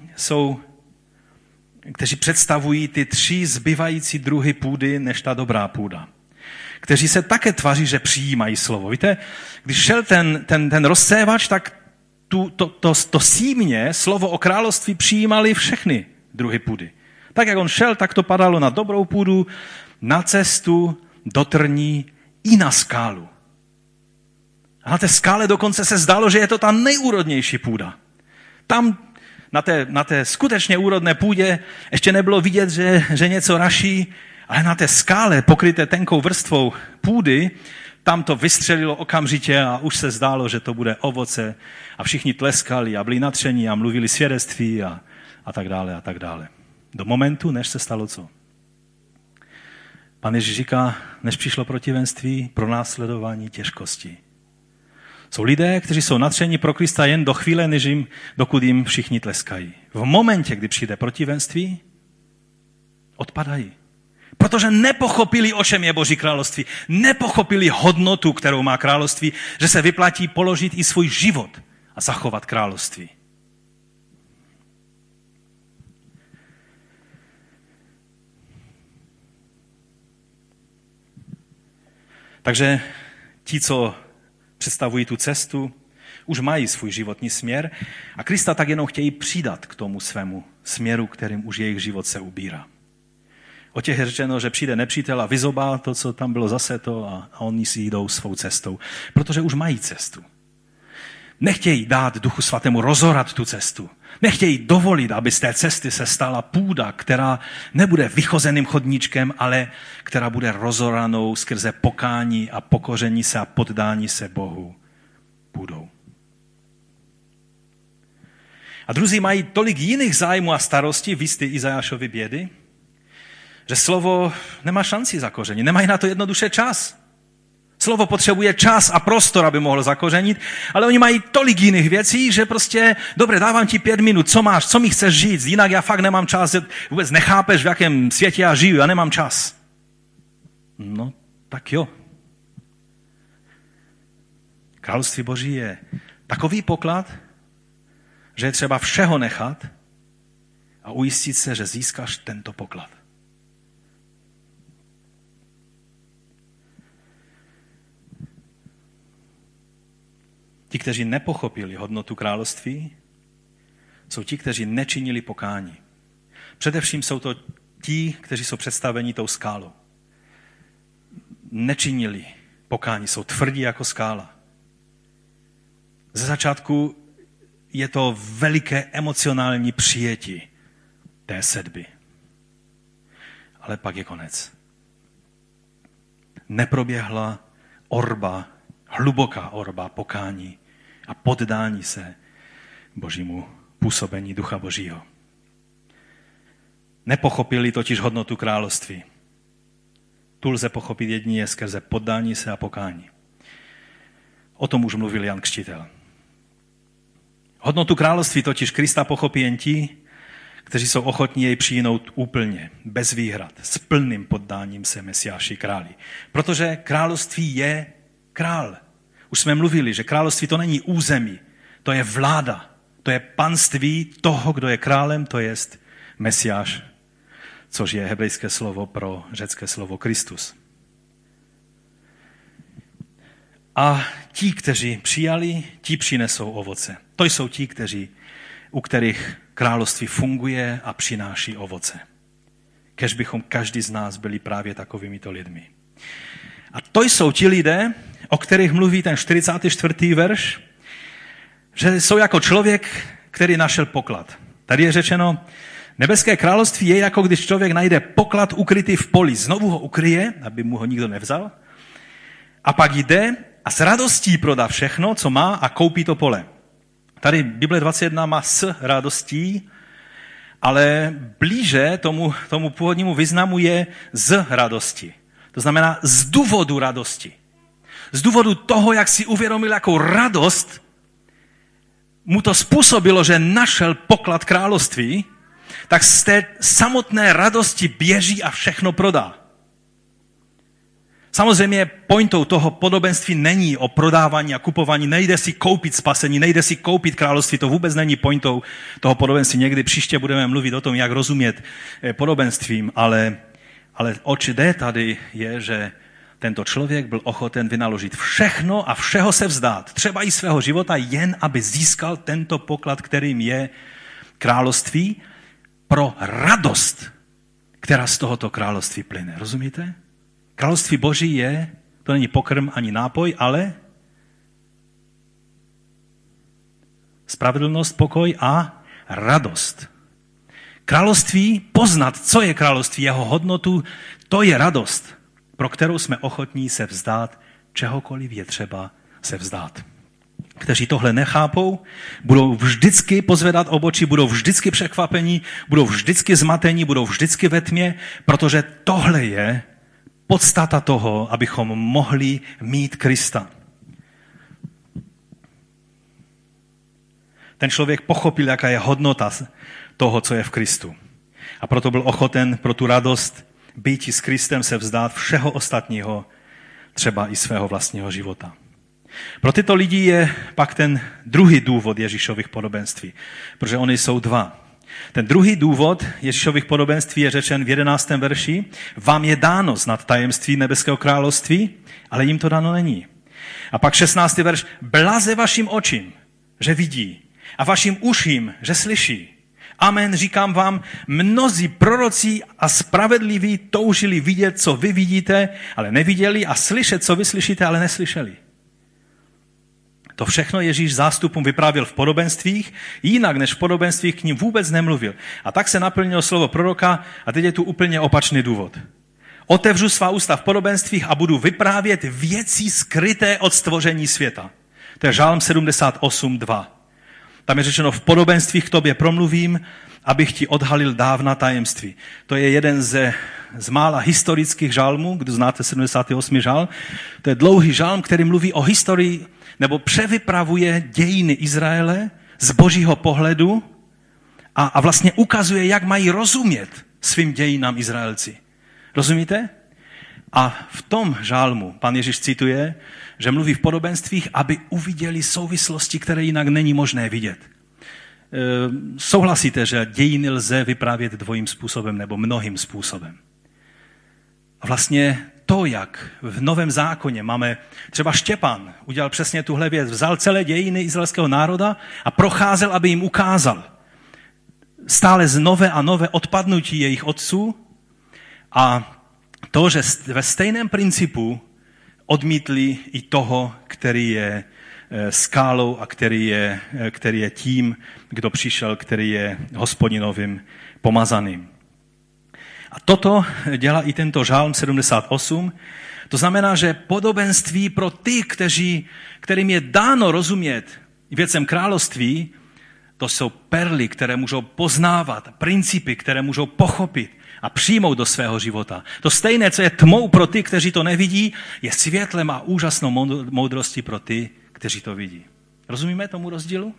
představují ty 3 zbývající druhy půdy, než ta dobrá půda. Kteří se také tvaří, že přijímají slovo. Víte, když šel ten rozsévač, tak to símě, slovo o království, přijímali všechny druhy půdy. Tak, jak on šel, tak to padalo na dobrou půdu, na cestu, do trní i na skálu. A na té skále dokonce se zdálo, že je to ta nejúrodnější půda. Tam na té skutečně úrodné půdě ještě nebylo vidět, že něco raší, ale na té skále pokryté tenkou vrstvou půdy, tam to vystřelilo okamžitě a už se zdálo, že to bude ovoce a všichni tleskali a byli nadšení a mluvili svědectví a tak dále a tak dále. Do momentu, než se stalo co? Pan Ježíš říká, než přišlo protivenství, pronásledování, těžkosti. Jsou lidé, kteří jsou nadšení pro Krista jen do chvíle, dokud jim všichni tleskají. V momentě, kdy přijde protivenství, odpadají. Protože nepochopili, o čem je Boží království. Nepochopili hodnotu, kterou má království, že se vyplatí položit i svůj život a zachovat království. Takže ti, co představují tu cestu, už mají svůj životní směr a Krista tak jenom chtějí přidat k tomu svému směru, kterým už jejich život se ubírá. O těch je řečeno, že přijde nepřítel a vyzobá to, co tam bylo zaseto a oni si jdou svou cestou, protože už mají cestu. Nechtějí dát Duchu Svatému rozorat tu cestu. Nechtějí dovolit, aby z té cesty se stala půda, která nebude vychozeným chodníčkem, ale která bude rozoranou skrze pokání a pokoření se a poddání se Bohu půdou. A druzí mají tolik jiných zájmů a starostí, víc ty Izajášovy bědy, že slovo nemá šanci zakořenit. Nemají na to jednoduše čas. Slovo potřebuje čas a prostor, aby mohlo zakořenit, ale oni mají tolik jiných věcí, že prostě, dobré, dávám ti 5 minut, co máš, co mi chceš říct, jinak já fakt nemám čas, vůbec nechápeš, v jakém světě já žiju, já nemám čas. No, tak jo. Království Boží je takový poklad, že je třeba všeho nechat a ujistit se, že získáš tento poklad. Ti, kteří nepochopili hodnotu království, jsou ti, kteří nečinili pokání. Především jsou to ti, kteří jsou představeni tou skálou. Nečinili pokání, jsou tvrdí jako skála. Ze začátku je to veliké emocionální přijetí té sedby. Ale pak je konec. Neproběhla orba, hluboká orba pokání a poddání se Božímu působení Ducha Božího. Nepochopili totiž hodnotu království. Tu lze pochopit jedině skrze poddání se a pokání. O tom už mluvil Jan Křtitel. Hodnotu království totiž Krista pochopí jen ti, kteří jsou ochotní jej přijmout úplně, bez výhrad, s plným poddáním se Mesiáši králi. Protože království je král. Už jsme mluvili, že království to není území, to je vláda, to je panství toho, kdo je králem, to jest Mesiáš, což je hebrejské slovo pro řecké slovo Kristus. A ti, kteří přijali, ti přinesou ovoce. To jsou ti, u kterých království funguje a přináší ovoce. Kež bychom každý z nás byli právě takovýmito lidmi. A to jsou ti lidé, o kterých mluví ten 44. verš, že jsou jako člověk, který našel poklad. Tady je řečeno, nebeské království je jako když člověk najde poklad ukrytý v poli. Znovu ho ukryje, aby mu ho nikdo nevzal. A pak jde a s radostí prodá všechno, co má a koupí to pole. Tady Bible 21 má s radostí, ale blíže tomu původnímu významu je z radosti. To znamená z důvodu radosti. Z důvodu toho, jak si uvědomil, jakou radost mu to způsobilo, že našel poklad království, tak z té samotné radosti běží a všechno prodá. Samozřejmě pointou toho podobenství není o prodávání a kupování, nejde si koupit spasení, nejde si koupit království, to vůbec není pointou toho podobenství. Někdy příště budeme mluvit o tom, jak rozumět podobenstvím, ale oč jde tady je, že tento člověk byl ochoten vynaložit všechno a všeho se vzdát, třeba i svého života, jen aby získal tento poklad, kterým je království, pro radost, která z tohoto království plyne. Rozumíte? Království Boží to není pokrm ani nápoj, ale spravedlnost, pokoj a radost. Království, poznat, co je království, jeho hodnotu, to je radost, pro kterou jsme ochotní se vzdát, čehokoliv je třeba se vzdát. Kteří tohle nechápou, budou vždycky pozvedat obočí, budou vždycky překvapení, budou vždycky zmatení, budou vždycky ve tmě, protože tohle je podstata toho, abychom mohli mít Krista. Ten člověk pochopil, jaká je hodnota toho, co je v Kristu. A proto byl ochoten pro tu radost býti s Kristem se vzdát všeho ostatního, třeba i svého vlastního života. Pro tyto lidi je pak ten druhý důvod Ježíšových podobenství, protože oni jsou dva. Ten druhý důvod Ježíšových podobenství je řečen v 11. verši. Vám je dáno znát tajemství nebeského království, ale jim to dáno není. A pak 16. verš. Blaze vašim očím, že vidí, a vašim uším, že slyší. Amen, říkám vám, mnozí proroci a spravedliví toužili vidět, co vy vidíte, ale neviděli, a slyšet, co vy slyšíte, ale neslyšeli. To všechno Ježíš zástupům vyprávěl v podobenstvích, jinak než v podobenstvích k ním vůbec nemluvil. A tak se naplnilo slovo proroka a teď je tu úplně opačný důvod. Otevřu svá ústa v podobenstvích a budu vyprávět věci skryté od stvoření světa. To je Žálm 78:2. Tam je řečeno, v podobenstvích k tobě promluvím, abych ti odhalil dávna tajemství. To je jeden z mála historických žálmů, kdo znáte 78. žálm. To je dlouhý žálm, který mluví o historii, nebo převypravuje dějiny Izraele z božího pohledu a vlastně ukazuje, jak mají rozumět svým dějinám Izraelci. Rozumíte? A v tom žálmu pan Ježíš cituje, že mluví v podobenstvích, aby uviděli souvislosti, které jinak není možné vidět. Souhlasíte, že dějiny lze vyprávět dvojím způsobem nebo mnohým způsobem. A vlastně to, jak v Novém zákoně máme, třeba Štěpán udělal přesně tuhle věc, vzal celé dějiny izraelského národa a procházel, aby jim ukázal stále z nové a nové odpadnutí jejich otců a to, že ve stejném principu odmítli i toho, který je skálou a který je tím, kdo přišel, který je Hospodinovým pomazaným. A toto dělá i tento žálm 78. To znamená, že podobenství pro ty, kterým je dáno rozumět věcem království, to jsou perly, které můžou poznávat, principy, které můžou pochopit a přijmout do svého života. To stejné, co je tmou pro ty, kteří to nevidí, je světlem a úžasnou moudrostí pro ty, kteří to vidí. Rozumíme tomu rozdílu?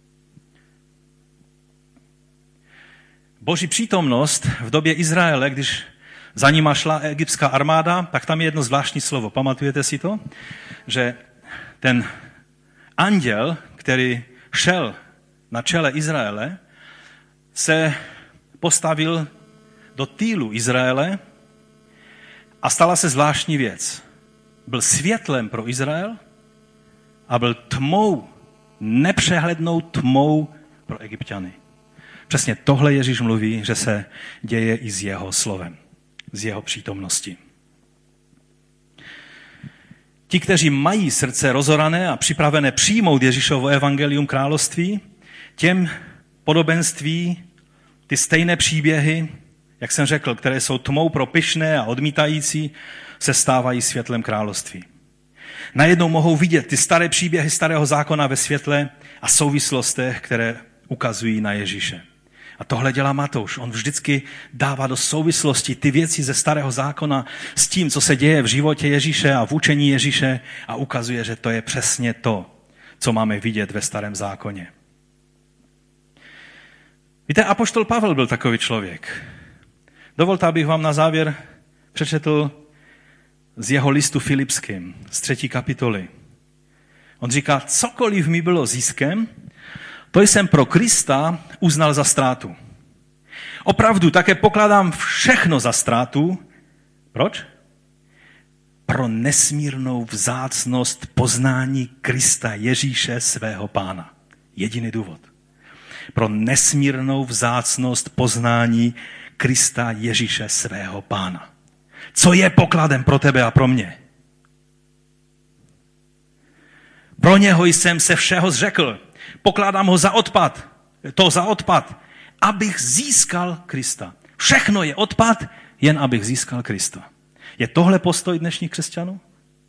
Boží přítomnost v době Izraele, když za nima šla egyptská armáda, tak tam je jedno zvláštní slovo. Pamatujete si to? Že ten anděl, který šel na čele Izraele, se postavil do týlu Izraele a stala se zvláštní věc. Byl světlem pro Izrael a byl tmou, nepřehlednou tmou pro Egypťany. Přesně tohle Ježíš mluví, že se děje i s jeho slovem, z jeho přítomnosti. Ti, kteří mají srdce rozorané a připravené přijmout Ježíšovo evangelium království, těm podobenství, ty stejné příběhy, jak jsem řekl, které jsou tmou pro pyšné a odmítající, se stávají světlem království. Najednou mohou vidět ty staré příběhy starého zákona ve světle a souvislostech, které ukazují na Ježíše. A tohle dělá Matouš. On vždycky dává do souvislosti ty věci ze starého zákona s tím, co se děje v životě Ježíše a v učení Ježíše a ukazuje, že to je přesně to, co máme vidět ve starém zákoně. Víte, apoštol Pavel byl takový člověk. Dovolte, abych vám na závěr přečetl z jeho listu Filipským, z 3. kapitoly. On říká, cokoliv mi bylo ziskem, to jsem pro Krista uznal za ztrátu. Opravdu také pokládám všechno za ztrátu. Proč? Pro nesmírnou vzácnost poznání Krista Ježíše svého Pána. Jediný důvod. Pro nesmírnou vzácnost poznání Krista Ježíše svého Pána. Co je pokladem pro tebe a pro mě? Pro něho jsem se všeho zřekl. Pokládám ho za odpad, abych získal Krista. Všechno je odpad, jen abych získal Krista. Je tohle postoj dnešních křesťanů?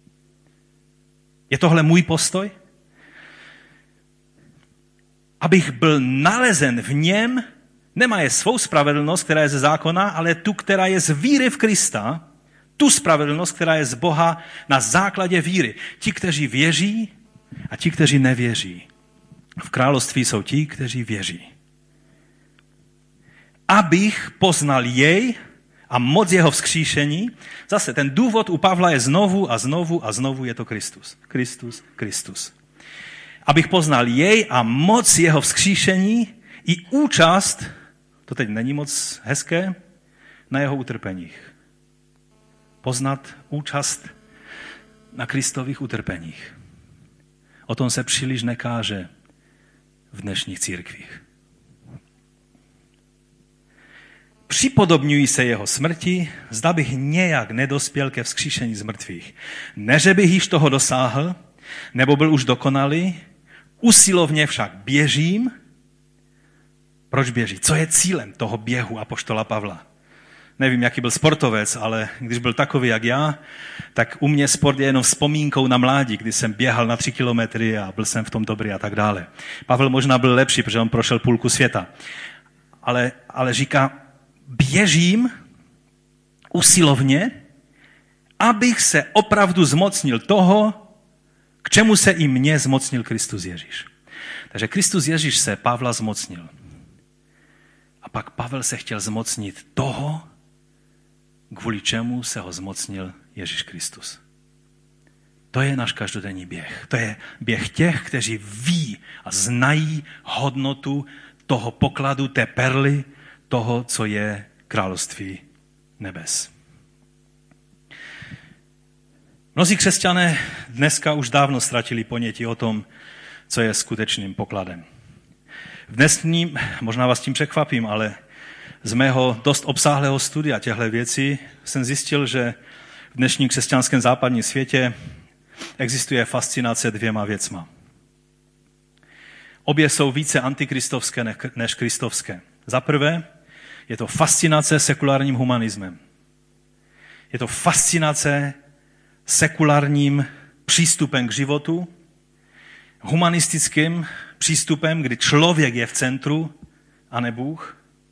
Je tohle můj postoj? Abych byl nalezen v něm, nemá je svou spravedlnost, která je ze zákona, ale tu, která je z víry v Krista, tu spravedlnost, která je z Boha na základě víry. Ti, kteří věří a ti, kteří nevěří. V království jsou ti, kteří věří. Abych poznal jej a moc jeho vzkříšení. Zase ten důvod u Pavla je znovu a znovu a znovu je to Kristus. Kristus, Kristus. Abych poznal jej a moc jeho vzkříšení i účast, to teď není moc hezké, na jeho utrpeních. Poznat účast na Kristových utrpeních. O tom se příliš nekáže v dnešních církvích. Připodobňují se jeho smrti, zda bych nějak nedospěl ke vzkříšení z mrtvých. Ne, že bych již toho dosáhl, nebo byl už dokonalý, usilovně však běžím. Proč běží? Co je cílem toho běhu apoštola Pavla? Nevím, jaký byl sportovec, ale když byl takový jak já, tak u mě sport je jenom vzpomínkou na mládí, kdy jsem běhal na 3 kilometry a byl jsem v tom dobrý a tak dále. Pavel možná byl lepší, protože on prošel půlku světa. Ale říká, běžím usilovně, abych se opravdu zmocnil toho, k čemu se i mně zmocnil Kristus Ježíš. Takže Kristus Ježíš se Pavla zmocnil. A pak Pavel se chtěl zmocnit toho, kvůli čemu se ho zmocnil Ježíš Kristus. To je náš každodenní běh. To je běh těch, kteří ví a znají hodnotu toho pokladu, té perly, toho, co je království nebes. Mnozí křesťané dneska už dávno ztratili ponětí o tom, co je skutečným pokladem. V dnešním, možná vás tím překvapím, ale z mého dost obsáhlého studia těchto věcí jsem zjistil, že v dnešním křesťanském západním světě existuje fascinace 2 věcma. Obě jsou více antikristovské než kristovské. Za prvé je to fascinace sekulárním humanismem. Je to fascinace sekulárním přístupem k životu, humanistickým přístupem, kdy člověk je v centru a ne Bůh.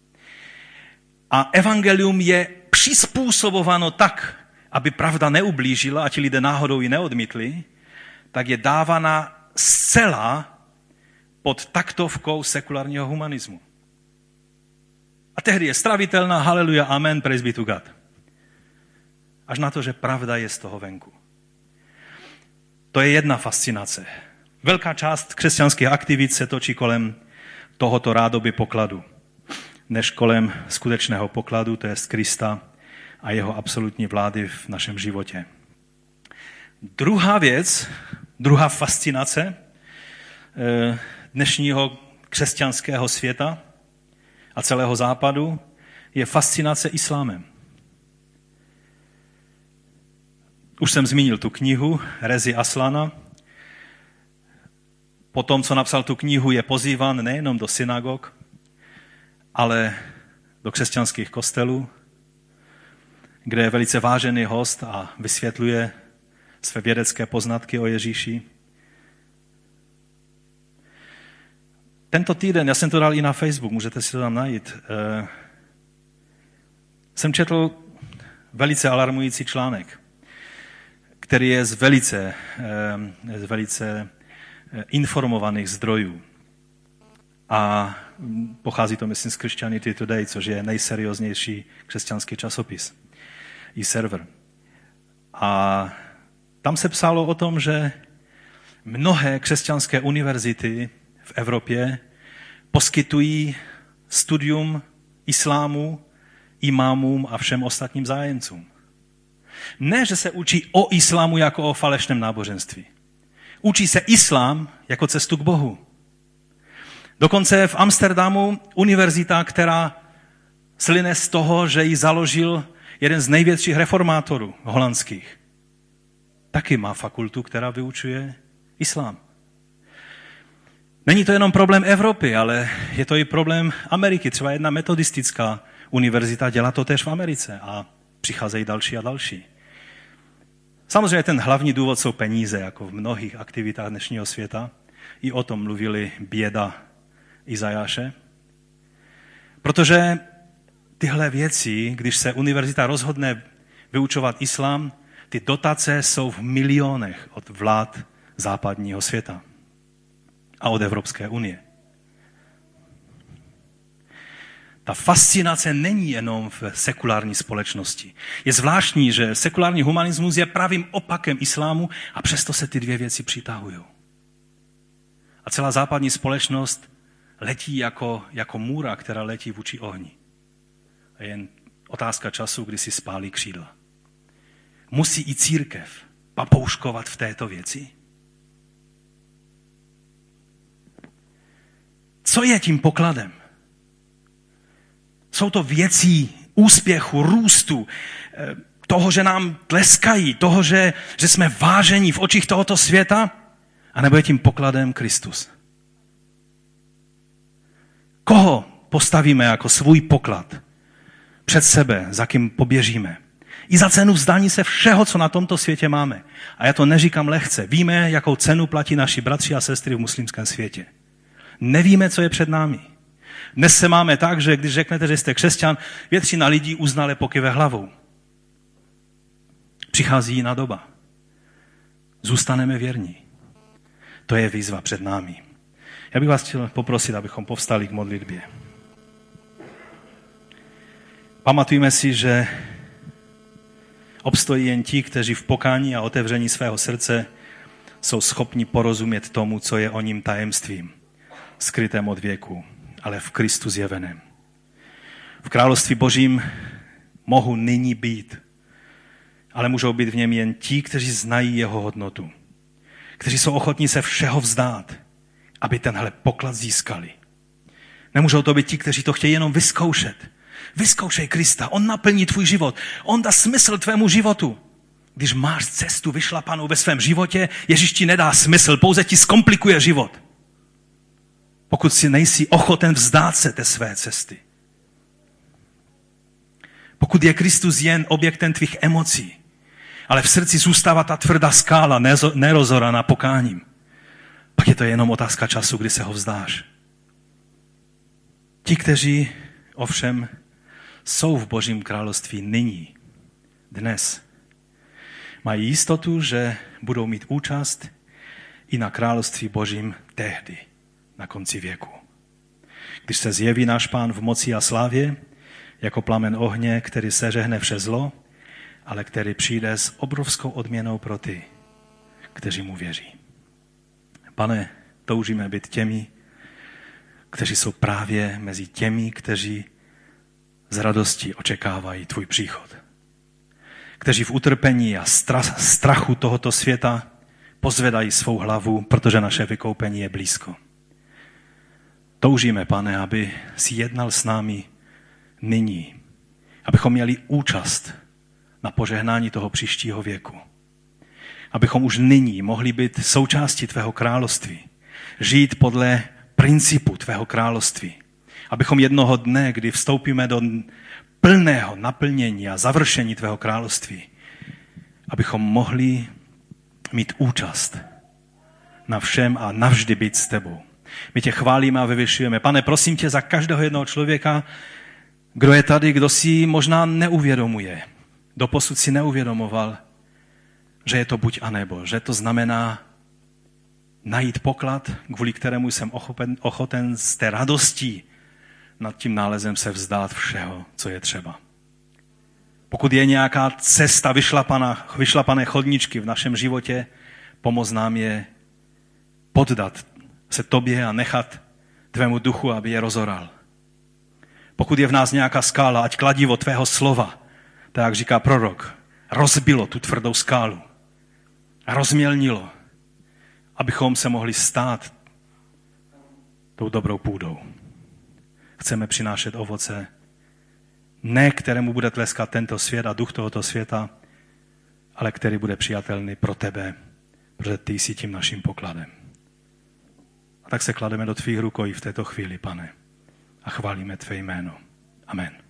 A evangelium je přizpůsobováno tak, aby pravda neublížila a ti lidé náhodou ji neodmítli, tak je dávána zcela pod taktovkou sekulárního humanismu. A tehdy je stravitelná, haleluja, amen, praise be to God. Až na to, že pravda je z toho venku. To je jedna fascinace. Velká část křesťanských aktivit se točí kolem tohoto rádoby pokladu, než kolem skutečného pokladu, to je Krista a jeho absolutní vlády v našem životě. Druhá věc, druhá fascinace dnešního křesťanského světa a celého západu je fascinace islámem. Už jsem zmínil tu knihu Rezi Aslana. Po tom, co napsal tu knihu, je pozýván nejenom do synagog, ale do křesťanských kostelů, kde je velice vážený host a vysvětluje své vědecké poznatky o Ježíši. Tento týden, já jsem to dal i na Facebook, můžete si to tam najít, jsem četl velice alarmující článek, který je z velice informovaných zdrojů. A pochází to, myslím, z Christianity Today, což je nejserióznější křesťanský časopis i server. A tam se psalo o tom, že mnohé křesťanské univerzity v Evropě poskytují studium islámu imámům a všem ostatním zájemcům. Ne, že se učí o islámu jako o falešném náboženství. Učí se islám jako cestu k Bohu. Dokonce v Amsterdamu univerzita, která slyne z toho, že ji založil jeden z největších reformátorů holandských, taky má fakultu, která vyučuje islám. Není to jenom problém Evropy, ale je to i problém Ameriky. Třeba jedna metodistická univerzita dělá to též v Americe a přicházejí další a další. Samozřejmě ten hlavní důvod jsou peníze, jako v mnohých aktivitách dnešního světa. I o tom mluvili Běda Izajáše. Protože tyhle věci, když se univerzita rozhodne vyučovat islám, ty dotace jsou v milionech od vlád západního světa a od Evropské unie. Ta fascinace není jenom v sekulární společnosti. Je zvláštní, že sekulární humanismus je pravým opakem islámu a přesto se ty dvě věci přitahují. A celá západní společnost letí jako můra, která letí vůči ohni. A jen otázka času, kdy si spálí křídla. Musí i církev papouškovat v této věci? Co je tím pokladem? Jsou to věci úspěchu, růstu, toho, že nám tleskají, toho, že jsme vážení v očích tohoto světa, anebo je tím pokladem Kristus? Koho postavíme jako svůj poklad před sebe, za kým poběžíme? I za cenu vzdání se všeho, co na tomto světě máme. A já to neříkám lehce. Víme, jakou cenu platí naši bratři a sestry v muslimském světě. Nevíme, co je před námi. Dnes se máme tak, že když řeknete, že jste křesťan, většina lidí uznale pokyve hlavou. Přichází jiná doba. Zůstaneme věrní. To je výzva před námi. Já bych vás chtěl poprosit, abychom povstali k modlitbě. Pamatujme si, že obstojí jen ti, kteří v pokání a otevření svého srdce jsou schopni porozumět tomu, co je o ním tajemstvím, skrytém od věku, ale v Kristu zjeveném. V království Božím mohu nyní být, ale můžou být v něm jen ti, kteří znají jeho hodnotu, kteří jsou ochotní se všeho vzdát, aby tenhle poklad získali. Nemůžou to být ti, kteří to chtějí jenom vyzkoušet. Vyzkoušej Krista, on naplní tvůj život, on dá smysl tvému životu. Když máš cestu vyšlapanou ve svém životě, Ježíš ti nedá smysl, pouze ti zkomplikuje život. Pokud si nejsi ochoten vzdát se té své cesty. Pokud je Kristus jen objektem tvých emocí, ale v srdci zůstává ta tvrdá skála, nerozoraná pokáním, pak je to jenom otázka času, kdy se ho vzdáš. Ti, kteří ovšem jsou v Božím království nyní, dnes, mají jistotu, že budou mít účast i na království Božím tehdy, na konci věku. Když se zjeví náš Pán v moci a slávě, jako plamen ohně, který sežehne vše zlo, ale který přijde s obrovskou odměnou pro ty, kteří mu věří. Pane, toužíme být těmi, kteří jsou právě mezi těmi, kteří z radosti očekávají tvůj příchod. Kteří v utrpení a strachu tohoto světa pozvedají svou hlavu, protože naše vykoupení je blízko. Toužíme, Pane, aby si jednal s námi nyní, abychom měli účast na požehnání toho příštího věku. Abychom už nyní mohli být součástí tvého království, žít podle principu tvého království. Abychom jednoho dne, kdy vstoupíme do plného naplnění a završení tvého království, abychom mohli mít účast na všem a navždy být s tebou. My tě chválíme a vyvyšujeme. Pane, prosím tě za každého jednoho člověka, kdo je tady, kdo si možná neuvědomuje, doposud si neuvědomoval, že je to buď a nebo, že to znamená najít poklad, kvůli kterému jsem ochoten z té radostí nad tím nálezem se vzdát všeho, co je třeba. Pokud je nějaká cesta vyšlapané chodníčky v našem životě, pomoz nám je poddat se tobě a nechat tvému duchu, aby je rozoral. Pokud je v nás nějaká skála, ať kladivo tvého slova, tak jak říká prorok, rozbilo tu tvrdou skálu a rozmělnilo, abychom se mohli stát tou dobrou půdou. Chceme přinášet ovoce, ne kterému bude tleskat tento svět a duch tohoto světa, ale který bude přijatelný pro tebe, protože ty jsi tím naším pokladem. A tak se klademe do tvých rukou v této chvíli, Pane, a chválíme tvé jméno. Amen.